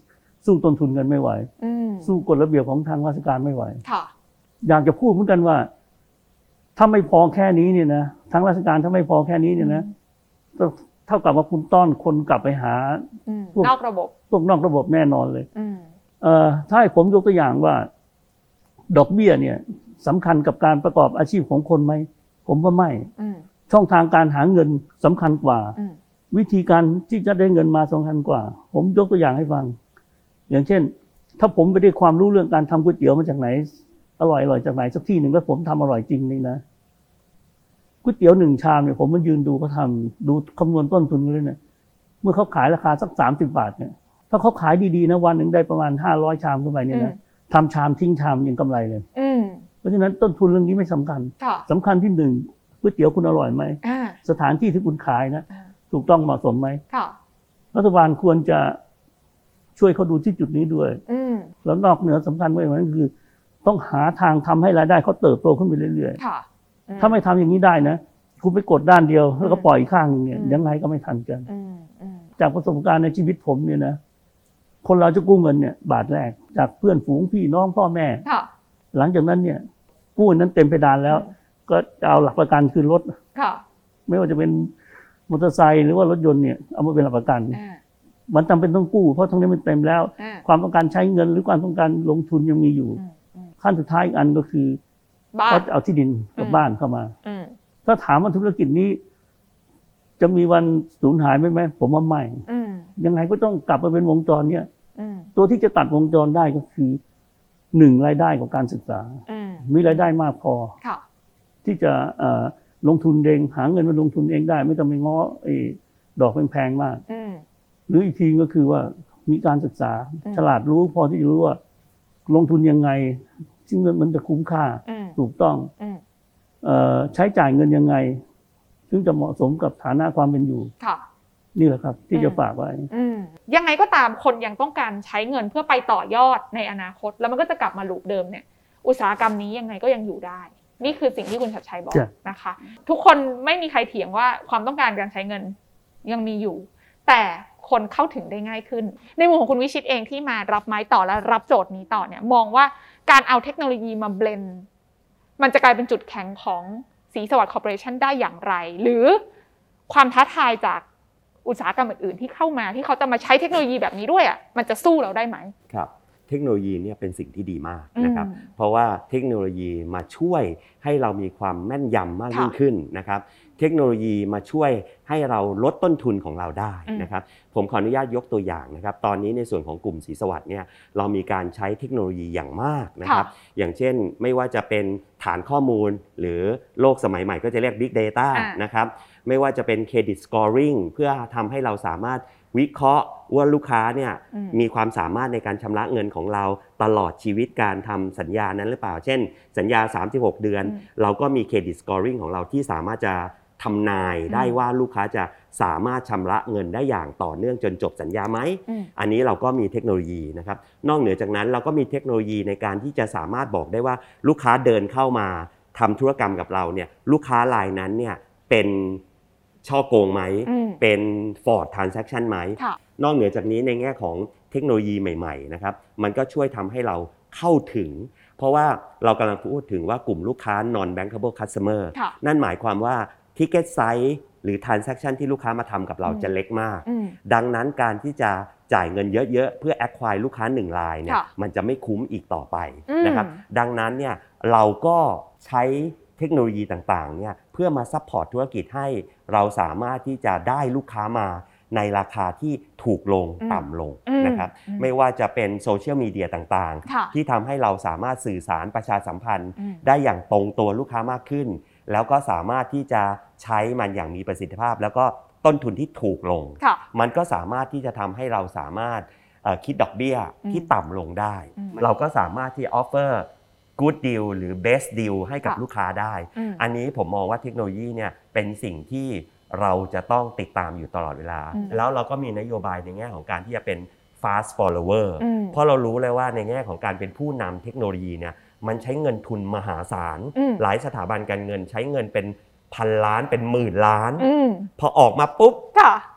A: สู้ต้นทุนเงินไม่ไหวสู้กฎระเบียบของทางราชการไม่ไหวอยากจะพูดเหมือนกันว่าถ้าไม่พอแค่นี้เนี่ยนะทางราชการถ้าไม่พอแค่นี้เนี่ยนะเท่ากับว่าคุณต้อนคนกลับไปหาน
C: อกระบบ
A: พวกนอกระบบแน่นอนเลยเอ่อถ้าให้ผมยกตัวอย่างว่าดอกเบี้ยเนี่ยสำคัญกับการประกอบอาชีพของคนไหมผมว่าไม่ช่องทางการหาเงินสำคัญกว่าวิธีการที่จะได้เงินมาสำคัญกว่าผมยกตัวอย่างให้ฟังอย่างเช่นถ้าผมไปได้ความรู้เรื่องการทำก๋วยเตี๋ยวมาจากไหนอร่อยอร่อยจากไหนสักที่หนึ่งแล้วผมทำอร่อยจริงนี่นะก๋วยเตี๋ยวหนึ่งชามเนี่ยผมมายืนดูเขาทำดูคำนวณต้นทุนเลยเนี่ยเมื่อเขาขายราคาสักสามสิบบาทเนี่ยถ้าเขาขายดีๆนะวันหนึ่งได้ประมาณห้าร้อยชามขึ้นไปเนี่ยนะทำชามทิ้งชามยังกำไรเลยเพราะฉะนั้นต้นทุนเรื่องนี้ไม่สำคัญสำคัญที่หนึ่งก๋วยเตี๋ยวคุณอร่อยไหมสถานที่ที่คุณขายนะถูกต้องเหมาะสมไหมรัฐบาลควรจะช่วยเขาดูที่จุดนี้ด้วยแล้วนอกเหนือสำคัญไว้กว่านั้นคือต้องหาทางทำให้รายได้เขาเติบโตขึ้นไปเรื่อยๆถ้าไม่ทำอย่างนี้ได้นะคุณไปกดด้านเดียวแล้วก็ปล่อยอีกข้างนึงเนี่ยยังไงก็ไม่ทันกันจากประสบการณ์ในชีวิตผมเนี่ยนะคนเราจะกู้เงินเนี่ยบาทแรกจากเพื่อนฝูงพี่น้องพ่อแม่หลังจากนั้นเนี่ยกู้นั้นเต็มเพดานแล้วก็จะเอาหลักประกันคือรถไม่ว่าจะเป็นมอเตอร์ไซค์หรือว่ารถยนต์เนี่ยเอามาเป็นหลักประกันมันจำเป็นต้องกู้เพราะทั้งนี้มันเต็มแล้วความต้องการใช้เงินหรือความต้องการลงทุนยังมีอยู่ขั้นสุดท้ายอีกอันก็คือเขาจะเอาที่ดินกับบ้านเข้ามาถ้าถามว่าธุรกิจนี้จะมีวันสูญหายไหมไหมผมว่าไม่ยังไงก็ต้องกลับมาเป็นวงจรเนี่ยตัวที่จะตัดวงจรได้ก็คือหนึ่งรายได้ของการศึกษามีรายได้มากพอที่จะลงทุนเองหาเงินมาลงทุนเองได้ไม่ต้องไปง้อดอกแพงๆมากหรืออีกทีก็คือว่ามีการศึกษาฉลาดรู้พอที่จะรู้ว่าลงทุนยังไงซึ่งมันจะคุ้มค่าถูกต้องใช้จ่ายเงินยังไงซึ่งจะเหมาะสมกับฐานะความเป็นอยู่นี่แหละครับที่จะฝากไว้
C: ยังไงก็ตามคนยังต้องการใช้เงินเพื่อไปต่อยอดในอนาคตแล้วมันก็จะกลับมาลูปเดิมเนี่ยอุตสาหกรรมนี้ยังไงก็ยังอยู่ได้นี่คือสิ่งที่คุณชัดชัยบอกนะคะทุกคนไม่มีใครเถียงว่าความต้องการการใช้เงินยังมีอยู่แต่คนเข้าถึงได้ง่ายขึ้นในมุมของคุณวิชิตเองที่มารับไม้ต่อและรับโจทย์นี้ต่อเนี่ยมองว่าการเอาเทคโนโลยีมาเบลนด์มันจะกลายเป็นจุดแข็งของศรีสวัสดิ์คอร์ปอเรชั่นได้อย่างไรหรือความท้าทายจากอุตสาหกรรมอื่นๆที่เข้ามาที่เขาจะมาใช้เทคโนโลยีแบบนี้ด้วยอ่ะมันจะสู้เราได้ไหม
B: ครับเทคโนโลยีเนี่ยเป็นสิ่งที่ดีมากนะครับเพราะว่าเทคโนโลยีมาช่วยให้เรามีความแม่นยำมากยิ่งขึ้นนะครับเทคโนโลยีมาช่วยให้เราลดต้นทุนของเราได้นะครับผมขออนุญาตยกตัวอย่างนะครับตอนนี้ในส่วนของกลุ่มศรีสวัสดิ์เนี่ยเรามีการใช้เทคโนโลยีอย่างมากนะครับอย่างเช่นไม่ว่าจะเป็นฐานข้อมูลหรือโลกสมัยใหม่ก็จะเรียก Big Data นะครับไม่ว่าจะเป็น Credit Scoring เพื่อทำให้เราสามารถวิเคราะห์ว่าลูกค้าเนี่ยมีความสามารถในการชำระเงินของเราตลอดชีวิตการทำสัญญานั้นหรือเปล่าเช่นสัญญาสามสิบหกเดือนเราก็มี Credit Scoring ของเราที่สามารถจะทำนายได้ว่าลูกค้าจะสามารถชำระเงินได้อย่างต่อเนื่องจนจบสัญญาไหมอันนี้เราก็มีเทคโนโลยีนะครับนอกเหนือจากนั้นเราก็มีเทคโนโลยีในการที่จะสามารถบอกได้ว่าลูกค้าเดินเข้ามาทำธุรกรรมกับเราเนี่ยลูกค้ารายนั้นเนี่ยเป็นช่อโกงไหมเป็น fraud transaction ไหมนอกเหนือจากนี้ในแง่ของเทคโนโลยีใหม่ๆนะครับมันก็ช่วยทำให้เราเข้าถึงเพราะว่าเรากำลังพูดถึงว่ากลุ่มลูกค้า non bankable customer นั่นหมายความว่า ticket size หรือ transaction ที่ลูกค้ามาทำกับเราจะเล็กมากดังนั้นการที่จะจ่ายเงินเยอะๆเพื่อ acquire ลูกค้าหนึ่งรายเนี่ยมันจะไม่คุ้มอีกต่อไปนะครับดังนั้นเนี่ยเราก็ใช้เทคโนโลยีต่างๆเนี่ยเพื่อมาซัพพอร์ตธุรกิจให้เราสามารถที่จะได้ลูกค้ามาในราคาที่ถูกลงต่ำลงนะครับไม่ว่าจะเป็นโซเชียลมีเดียต่างๆที่ทำให้เราสามารถสื่อสารประชาสัมพันธ์ได้อย่างตรงตัวลูกค้ามากขึ้นแล้วก็สามารถที่จะใช้มันอย่างมีประสิทธิภาพแล้วก็ต้นทุนที่ถูกลงมันก็สามารถที่จะทำให้เราสามารถคิดดอกเบี้ยที่ต่ำลงได้เราก็สามารถที่ offer good deal หรือ best deal ให้กับลูกค้าได้อันนี้ผมมองว่าเทคโนโลยีเนี่ยเป็นสิ่งที่เราจะต้องติดตามอยู่ตลอดเวลาแล้วเราก็มีนโยบายในแง่ของการที่จะเป็น fast follower เพราะเรารู้เลยว่าในแง่ของการเป็นผู้นำเทคโนโลยีเนี่ยมันใช้เงินทุนมหาศาลหลายสถาบันการเงินใช้เงินเป็นพันล้านเป็นหมื่นล้านพอออกมาปุ๊บ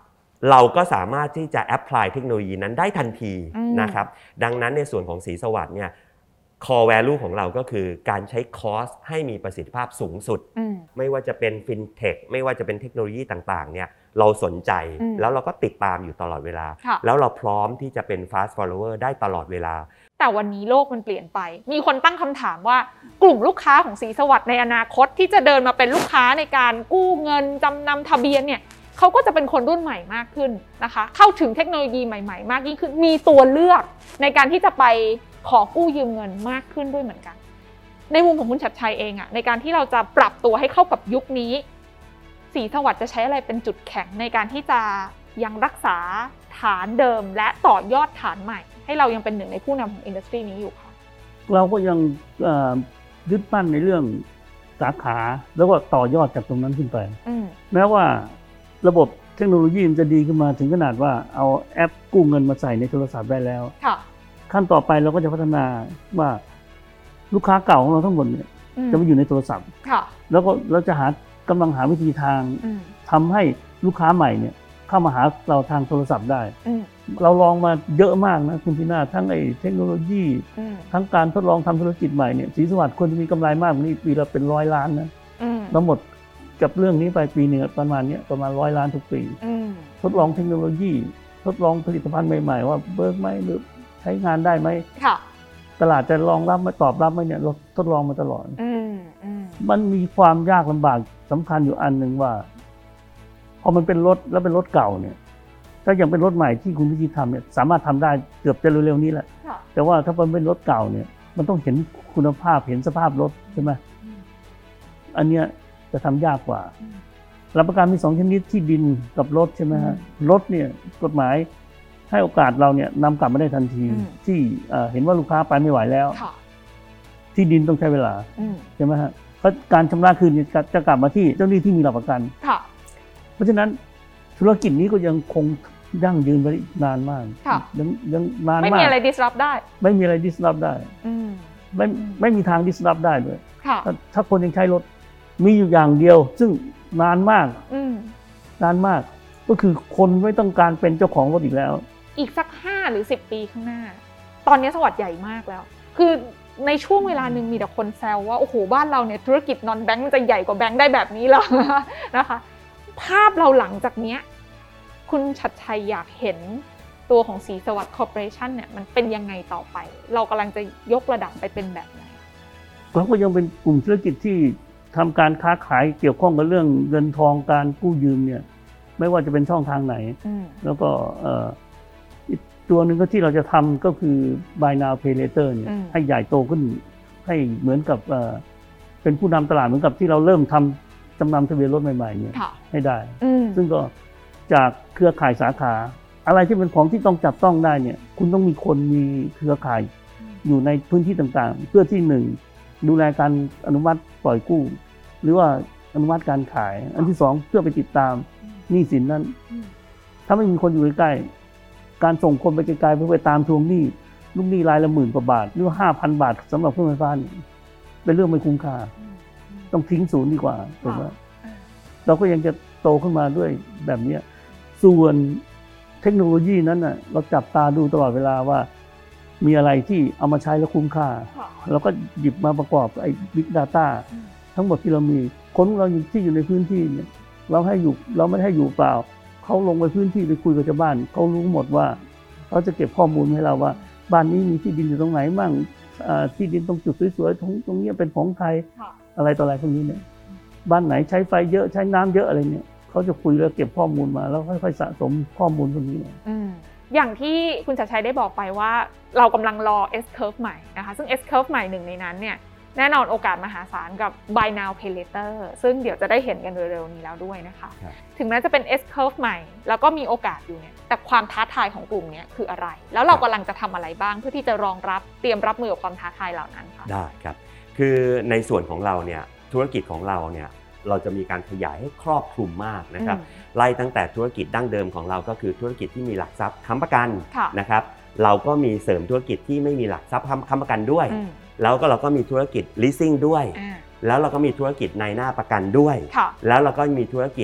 B: เราก็สามารถที่จะแอพพลายเทคโนโลยีนั้นได้ทันทีนะครับดังนั้นในส่วนของศรีสวัสดิ์เนี่ย core value ของเราก็คือการใช้คอสให้มีประสิทธิภาพสูงสุดไม่ว่าจะเป็นฟินเทคไม่ว่าจะเป็นเทคโนโลยีต่างๆเนี่ยเราสนใจแล้วเราก็ติดตามอยู่ตลอดเวลาแล้วเราพร้อมที่จะเป็น fast follower ได้ตลอดเวลา
C: แต่วันนี้โลกมันเปลี่ยนไปมีคนตั้งคำถามว่ากลุ่มลูกค้าของศรีสวัสดิ์ในอนาคตที่จะเดินมาเป็นลูกค้าในการกู้เงินจำนำทะเบียนเนี่ยเขาก็จะเป็นคนรุ่นใหม่มากขึ้นนะคะเข้าถึงเทคโนโลยีใหม่ๆมากยิ่งขึ้นมีตัวเลือกในการที่จะไปขอกู้ยืมเงินมากขึ้นด้วยเหมือนกันในมุมของคุณชัดชัยเองอะในการที่เราจะปรับตัวให้เข้ากับยุคนี้ศรีสวัสดิ์จะใช้อะไรเป็นจุดแข็งในการที่จะยังรักษาฐานเดิมและต่อยอดฐานใหม่ให้เรายังเป็นหนึ่งในผู้นำของอินดัสทรีนี้อยู่ค่ะ
A: เราก็ยังยึดมั่นในเรื่องสาขาแล้วก็ต่อยอดจากตรงนั้นขึ้นไปแม้ว่าระบบเทคโนโลยีมันจะดีขึ้นมาถึงขนาดว่าเอาแอปกู้เงินมาใส่ในโทรศัพท์ได้แล้วขั้นต่อไปเราก็จะพัฒนาว่าลูกค้าเก่าของเราทั้งหมดเนี่ยจะมาอยู่ในโทรศัพท์แล้วก็เราจะหากำลังหาวิธีทางทำให้ลูกค้าใหม่เนี่ยเข้ามาหาเราทางโทรศัพท์ได้เราลองมาเยอะมากนะคุณพี่นาทั้งไอ้เทคโนโลยีทั้งการทดลองทำธุรกิจใหม่เนี่ยศรีสวัสดิ์ควรจะมีกำไรมากกว่านี้ปีละเป็นร้อยล้านนะทั้งหมดกับเรื่องนี้ไปปีหนึ่งประมาณนี้ประมาณร้อยล้านทุกปีทดลองเทคโนโลยีทดลองผลิตภัณฑ์ใหม่ๆว่าเบิร์กไหมหรือใช้งานได้ไหมตลาดจะรองรับไหมตอบรับไหมเนี่ยเราทดลองมาตลอดมันมีความยากลำบากสำคัญอยู่อันหนึ่งว่าพอมันเป็นรถแล้วเป็นรถเก่าเนี่ยถ้าอย่างเป็นรถใหม่ที่คุณวิจิตรทำเนี่ยสามารถทำได้เกือบจะเร็วๆนี้แหละแต่ว่าถ้ามันเป็นรถเก่าเนี่ยมันต้องเห็นคุณภาพเห็นสภาพรถใช่ไหมอันเนี้ยจะทำยากกว่าหลักประกันมีสองชนิดที่ดินกับรถใช่ไหมฮะรถเนี่ยกฎหมายให้โอกาสเราเนี่ยนำกลับมาได้ทันทีที่เห็นว่าลูกค้าไปไม่ไหวแล้วที่ดินต้องใช้เวลาใช่ไหมฮะเพราะการชำระคืนจะกลับมาที่เจ้าหนี้ที่มีหลักประกันเพราะฉะนั้นธุรกิจนี้ก็ยังคงยั่งยืนไปนานมากยังยังนานมากไม่
C: มีอะไร disrupt ได้
A: ไม่มีอะไร disrupt ได้ไม่ไม่มีทาง disrupt ได้เลยถ้าคนยังใช้รถมีอยู่อย่างเดียวซึ่งนานมากนานมากก็คือคนไม่ต้องการเป็นเจ้าของรถอีกแล้ว
C: อีกสักห้าหรือสิบปีข้างหน้าตอนนี้สวัสดิ์ใหญ่มากแล้วคือในช่วงเวลานึงมีแต่คนแซวว่าโอ้โหบ้านเราเนี่ยธุรกิจนอนแบงก์มันจะใหญ่กว่าแบงก์ได้แบบนี้เหรอนะคะภาพเราหลังจากนี้คุณชัดชัยอยากเห็นตัวของศรีสวัสดิ์คอร์ปอเรชั่นเนี่ยมันเป็นยังไงต่อไปเรากำลังจะยกระดับไปเป็นแบบไหน
A: เราก็ยังเป็นกลุ่มธุรกิจที่ทำการค้าขายเกี่ยวข้องกับเรื่องเงินทองการกู้ยืมเนี่ยไม่ว่าจะเป็นช่องทางไหนแล้วก็อีกตัวหนึ่งก็ที่เราจะทำก็คือ buy now pay later เนี่ยให้ใหญ่โตขึ้นให้เหมือนกับเป็นผู้นำตลาดเหมือนกับที่เราเริ่มทำจำนำทะเบียนรถใหม่ๆเนี่ยให้ได้ซึ่งก็จากเครือข่ายสาขาอะไรที่เป็นของที่ต้องจับต้องได้เนี่ยคุณต้องมีคนมีเครือข่ายอยู่ในพื้นที่ต่างๆเพื่อที่หนึ่งดูแลการอนุมัติปล่อยกู้หรือว่าอนุมัติการขายอันที่สองเพื่อไปติดตามหนี้สินนั้นถ้าไม่มีคนอยู่ใกล้ๆการส่งคนไปไกลๆเพื่อไปตามทวงหนี้ลูกหนี้รายละหมื่นกว่าบาทหรือห้าพันบาทสำหรับเครื่องไฟฟ้าเป็นเรื่องไม่คุ้มค่าต้องทิ้งศูนย์ดีกว่าถูกไหมเราก็ยังจะโตขึ้นมาด้วยแบบนี้ส่วนเทคโนโลยีนั้นน่ะเราจับตาดูตลอดเวลาว่ามีอะไรที่เอามาใช้แล้วคุ้มค่าเราก็หยิบมาประกอบไอ้ Big Data ทั้งหมดที่เรามีคนของเราที่อยู่ในพื้นที่เนี่ยเราให้อยู่เราไม่ให้อยู่เปล่าเขาลงไปพื้นที่ไปคุยกับชาวบ้านเขารู้หมดว่าเขาจะเก็บข้อมูลให้เราว่าบ้านนี้มีที่ดินอยู่ตรงไหนมั่งที่ดินตรงจุดสวยๆตรงตรงนี้เป็นของใครอะไรต่ออะไรพวกนี้เนี่ยบ้านไหนใช้ไฟเยอะใช้น้ำเยอะอะไรเนี่ยเขาจะคุยแล้วเก็บข้อมูลมาแล้วค่อยๆสะสมข้อมูลพวกนี้
C: อย่างที่คุณชัดชัยได้บอกไปว่าเรากำลังรอ S curve ใหม่นะคะซึ่ง S curve ใหม่หนึ่งในนั้นเนี่ยแน่นอนโอกาสมหาศาลกับ buy now pay later ซึ่งเดี๋ยวจะได้เห็นกันเร็วๆนี้แล้วด้วยนะคะถึงแม้จะเป็น S curve ใหม่แล้วก็มีโอกาสอยู่เนี่ยแต่ความท้าทายของกลุ่มนี้คืออะไรแล้วเรากำลังจะทำอะไรบ้างเพื่อที่จะรองรับเตรียมรับมือกับความท้าทายเหล่านั้นค่ะ
B: ได้ครับคือในส่วนของเราเนี่ยธุรกิจของเราเนี่ยเราจะมีการขยายให้ครอบคลุมมากนะครับไล่ตั้งแต่ธุรกิจดั้งเดิมของเราก็คือธุรกิจที่มีหลักทรัพย์ค้ำประกันนะครับเราก็มีเสริมธุรกิจที่ไม่มีหลักทรัพย์ค้ำประกันด้วยแล้วก็เราก็มีธุรกิจ leasing ด้วยแล้วเราก็มีธุรกิจในหน้าประกันด้วยแล้วเราก็มีธุรกิจ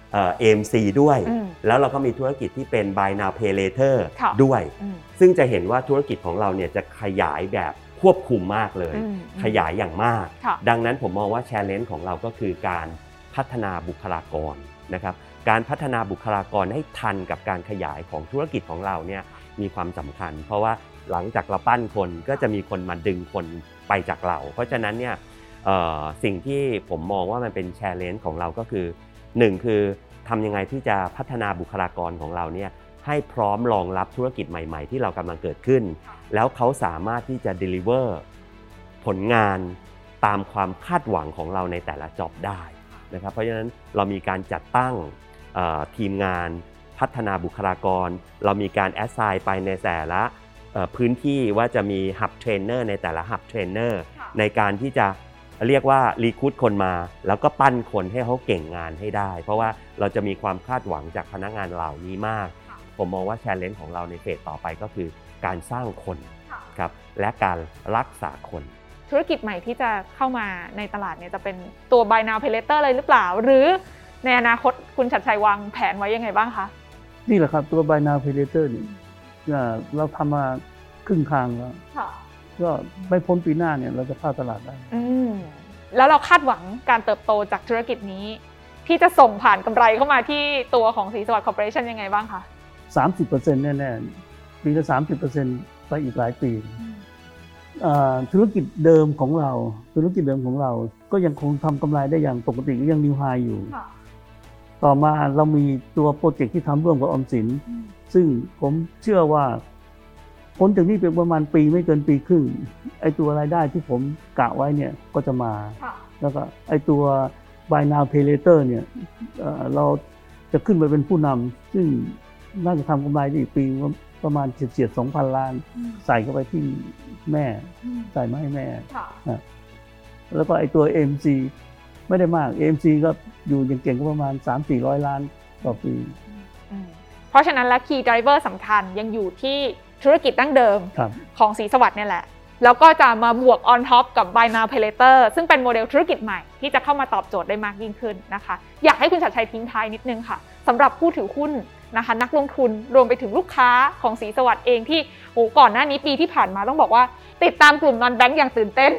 B: เอ่อ เอ เอ็ม ซี ด้วยแล้วเราก็มีธุรกิจที่เป็น Buy Now Pay Later ด้วยซึ่งจะเห็นว่าธุรกิจของเราเนี่ยจะขยายแบบควบคุมมากเลยขยายอย่างมากดังนั้นผมมองว่า challenge ของเราก็คือการพัฒนาบุคลากรนะครับการพัฒนาบุคลากรให้ทันกับการขยายของธุรกิจของเราเนี่ยมีความสำคัญเพราะว่าหลังจากเราปั้นคนก็จะมีคนมาดึงคนไปจากเราเพราะฉะนั้นเนี่ยสิ่งที่ผมมองว่ามันเป็น challenge ของเราก็คือหนึ่งคือทำยังไงที่จะพัฒนาบุคลากรของเราเนี่ยให้พร้อมรองรับธุรกิจใหม่ๆที่เรากำลังเกิดขึ้นแล้วเขาสามารถที่จะ deliver ผลงานตามความคาดหวังของเราในแต่ละจ็อบได้นะครับเพราะฉะนั้นเรามีการจัดตั้งทีมงานพัฒนาบุคลากรเรามีการ assign ไปในแต่ละพื้นที่ว่าจะมี hub trainer ในแต่ละ hub trainer ในการที่จะเรียกว่ารีคูดคนมาแล้วก็ปั้นคนให้เขาเก่งงานให้ได้เพราะว่าเราจะมีความคาดหวังจากพนักงานเหล่านี้มากผมมองว่า challenge ของเราในเฟสต่อไปก็คือการสร้างคนครับและการรักษาคน
C: ธุรกิจใหม่ที่จะเข้ามาในตลาดเนี่ยจะเป็นตัว Buy Now Pay Later เลยหรือเปล่าหรือในอนาคตคุณชัดชัยวางแผนไว้ยังไงบ้างคะ
A: นี่แหละครับตัว Buy Now Pay Later นี่เราทำมาครึ่งทางแล้วก็ไม่พ้นปีหน้าเนี่ยเราจะเข้าตลาดได้
C: แล้วเราคาดหวังการเติบโตจากธุรกิจนี้ที่จะส่งผ่านกำไรเข้ามาที่ตัวของศรีสวัสดิ์คอร์ปอเรชั่นยังไงบ้างคะ
A: สามสิบเปอร์เซ็นต์ แน่ๆปีละ สามสิบเปอร์เซ็นต์ ไปอีกหลายปีธุรกิจเดิมของเราธุรกิจเดิมของเราก็ยังคงทำกำไรได้อย่างปกติก็ยังนิวไฮอยู่ต่อมาเรามีตัวโปรเจกต์ที่ทำร่วมกับออมสินซึ่งผมเชื่อว่าพ้นจากนี้เป็นประมาณปีไม่เกินปีครึ่งไอ้ตัวรายได้ที่ผมกะไว้เนี่ยก็จะมาแล้วก็ไอ้ตัว Buy Now Pay Later เนี่ย เอ่อ เราจะขึ้นไปเป็นผู้นำซึ่งน่าจะทำกำไรได้อีกปีประมาณเฉียดๆ สองพัน ล้านใส่เข้าไปที่แม่ใส่มาให้แม่นะแล้วก็ไอ้ตัว เอ็ม ซี ไม่ได้มาก เอ็ม ซี ก็อยู่อย่างเก่งก็ประมาณ สามถึงสี่ร้อย ล้านต่อปี
C: เพราะฉะนั้นแล้ว Key Driver สำคัญยังอยู่ที่ธุรกิจดั้งเดิมของศรีสวัสดิ์เนี่ยแหละแล้วก็จะมาบวก on top กับ Buy Now Pay Later ซึ่งเป็นโมเดลธุรกิจใหม่ที่จะเข้ามาตอบโจทย์ได้มากยิ่งขึ้นนะคะอยากให้คุณชัดชัยทิ้งท้ายนิดนึงค่ะสำหรับผู้ถือหุ้นนะคะนักลงทุนรวมไปถึงลูกค้าของศรีสวัสดิ์เองที่โอ้ก่อนหน้านี้ปีที่ผ่านมาต้องบอกว่าติดตามกลุ่มนอนแบงก์อย่างตื่นเต้น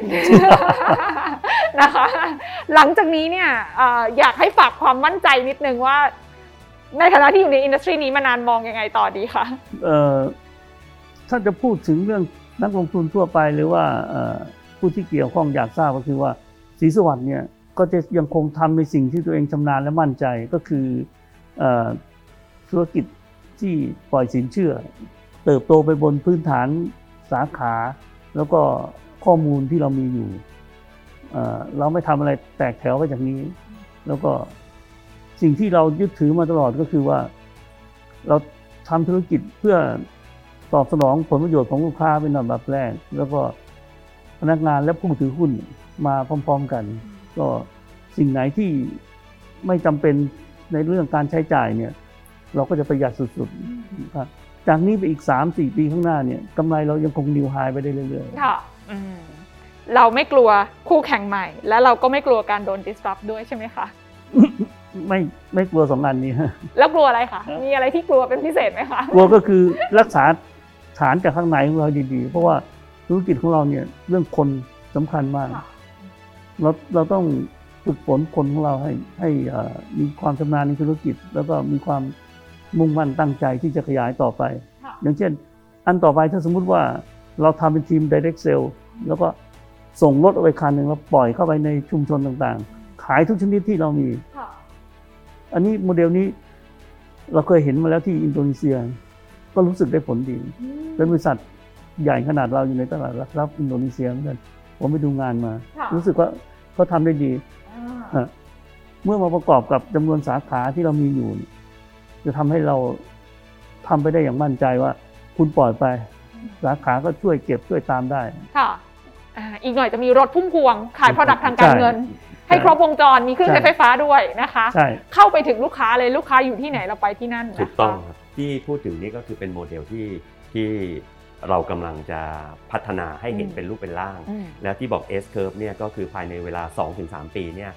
C: นะคะหลังจากนี้เนี่ยอยากให้ฝากความมั่นใจนิดนึงว่าในฐานะที่อยู่ในอินดัสทรีนี้มานานมองยังไงต่อดีคะ
A: ถ้าจะพูดถึงเรื่องนักลงทุนทั่วไปหรือว่าผู้ที่เกี่ยวข้องอยากทราบก็คือว่าศรีสวัสดิ์เนี่ยก็จะยังคงทำในสิ่งที่ตัวเองชำนาญและมั่นใจก็คือธุรกิจที่ปล่อยสินเชื่อเติบโตไปบนพื้นฐานสาขาแล้วก็ข้อมูลที่เรามีอยู่เราไม่ทำอะไรแตกแถวไปจากนี้แล้วก็สิ่งที่เรายึดถือมาตลอดก็คือว่าเราทำธุรกิจเพื่อตอบสนองผลประโยชน์ของลูกค้าเป็นอันดับแรกแล้วก็พนักงานและผู้ถือหุ้นมาพร้อมๆกันก็สิ่งไหนที่ไม่จำเป็นในเรื่องการใช้จ่ายเนี่ยเราก็จะประหยัดสุดๆครับจากนี้ไปอีก สามถึงสี่ ปีข้างหน้าเนี่ยกำไรเรายังคงนิวไฮไปได้เรื่อย
C: ๆค่ะเราไม่กลัวคู่แข่งใหม่และเราก็ไม่กลัวการโดน disrupt ด้วยใช่ไหมคะ
A: ไม่ไม่กลัวสองอันนี้
C: แล้วกลัวอะไรคะมีอะไรที่กลัวเป็นพิเศษไหมคะ
A: กลัวก็คือรักษาฐานจากข้างในของเราดีๆเพราะว่าธุรกิจของเราเนี่ยเรื่องคนสำคัญมากเราเราต้องฝึกฝนคนของเราให้ให้มีความชำนาญในธุรกิจแล้วก็มีความมุ่งมั่นตั้งใจที่จะขยายต่อไปอย่างเช่นอันต่อไปถ้าสมมุติว่าเราทำเป็นทีม Direct Sale แล้วก็ส่งรถเอาไปคันหนึ่งแล้วปล่อยเข้าไปในชุมชนต่างๆขายทุกชนิดที่เรามีอันนี้โมเดลนี้เราเคยเห็นมาแล้วที่อินโดนีเซียก็รู้สึกได้ผลดีเป็นบริษัทใหญ่ขนาดเราอยู่ในตลาดหลักทรัพย์อินโดนีเซียเหมือนกันผมไปดูงานมารู้สึกว่าเขาทำได้ดีเมื่อมาประกอบกับจำนวนสาขาที่เรามีอยู่จะทำให้เราทำไปได้อย่างมั่นใจว่าคุณปล่อยไปสาขาก็ช่วยเก็บช่วยตามได้
C: ค่ะอีกหน่อยจะมีรถพุ่มพวงขาย product ทางการเงินให้ครบวงจรมีเครื่องใช้ไฟฟ้าด้วยนะคะเข้าไปถึงลูกค้าเลยลูกค้าอยู่ที่ไหนเราไปที่นั่น
B: ถูกต้องครับที่พูดถึงนี้ก็คือเป็นโมเดลที่ที่เรากำลังจะพัฒนาให้เห็นเป็นรูปเป็นร่างแล้วที่บอก S curve เนี่ยก็คือภายในเวลา สองถึงสาม ปีเนี่ย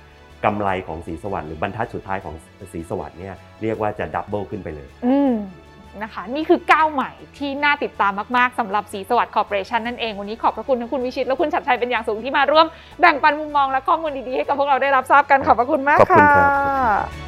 B: กำไรของศรีสวัสดิ์หรือบรรทัดสุดท้ายของศรีสวัสดิ์เนี่ยเรียกว่าจะดับเบิลขึ้นไปเลย
C: อืมนะคะนี่คือก้าวใหม่ที่น่าติดตามมากๆสำหรับศรีสวัสดิ์คอร์ปอเรชั่นนั่นเองวันนี้ขอบพระคุณทั้งคุณวิชิตและคุณชัดชัยเป็นอย่างสูงที่มาร่วมแบ่งปันมุมมองและข้อมูลดีๆให้กับพวกเราได้รับทราบกันขอบพระคุณมากค่ะ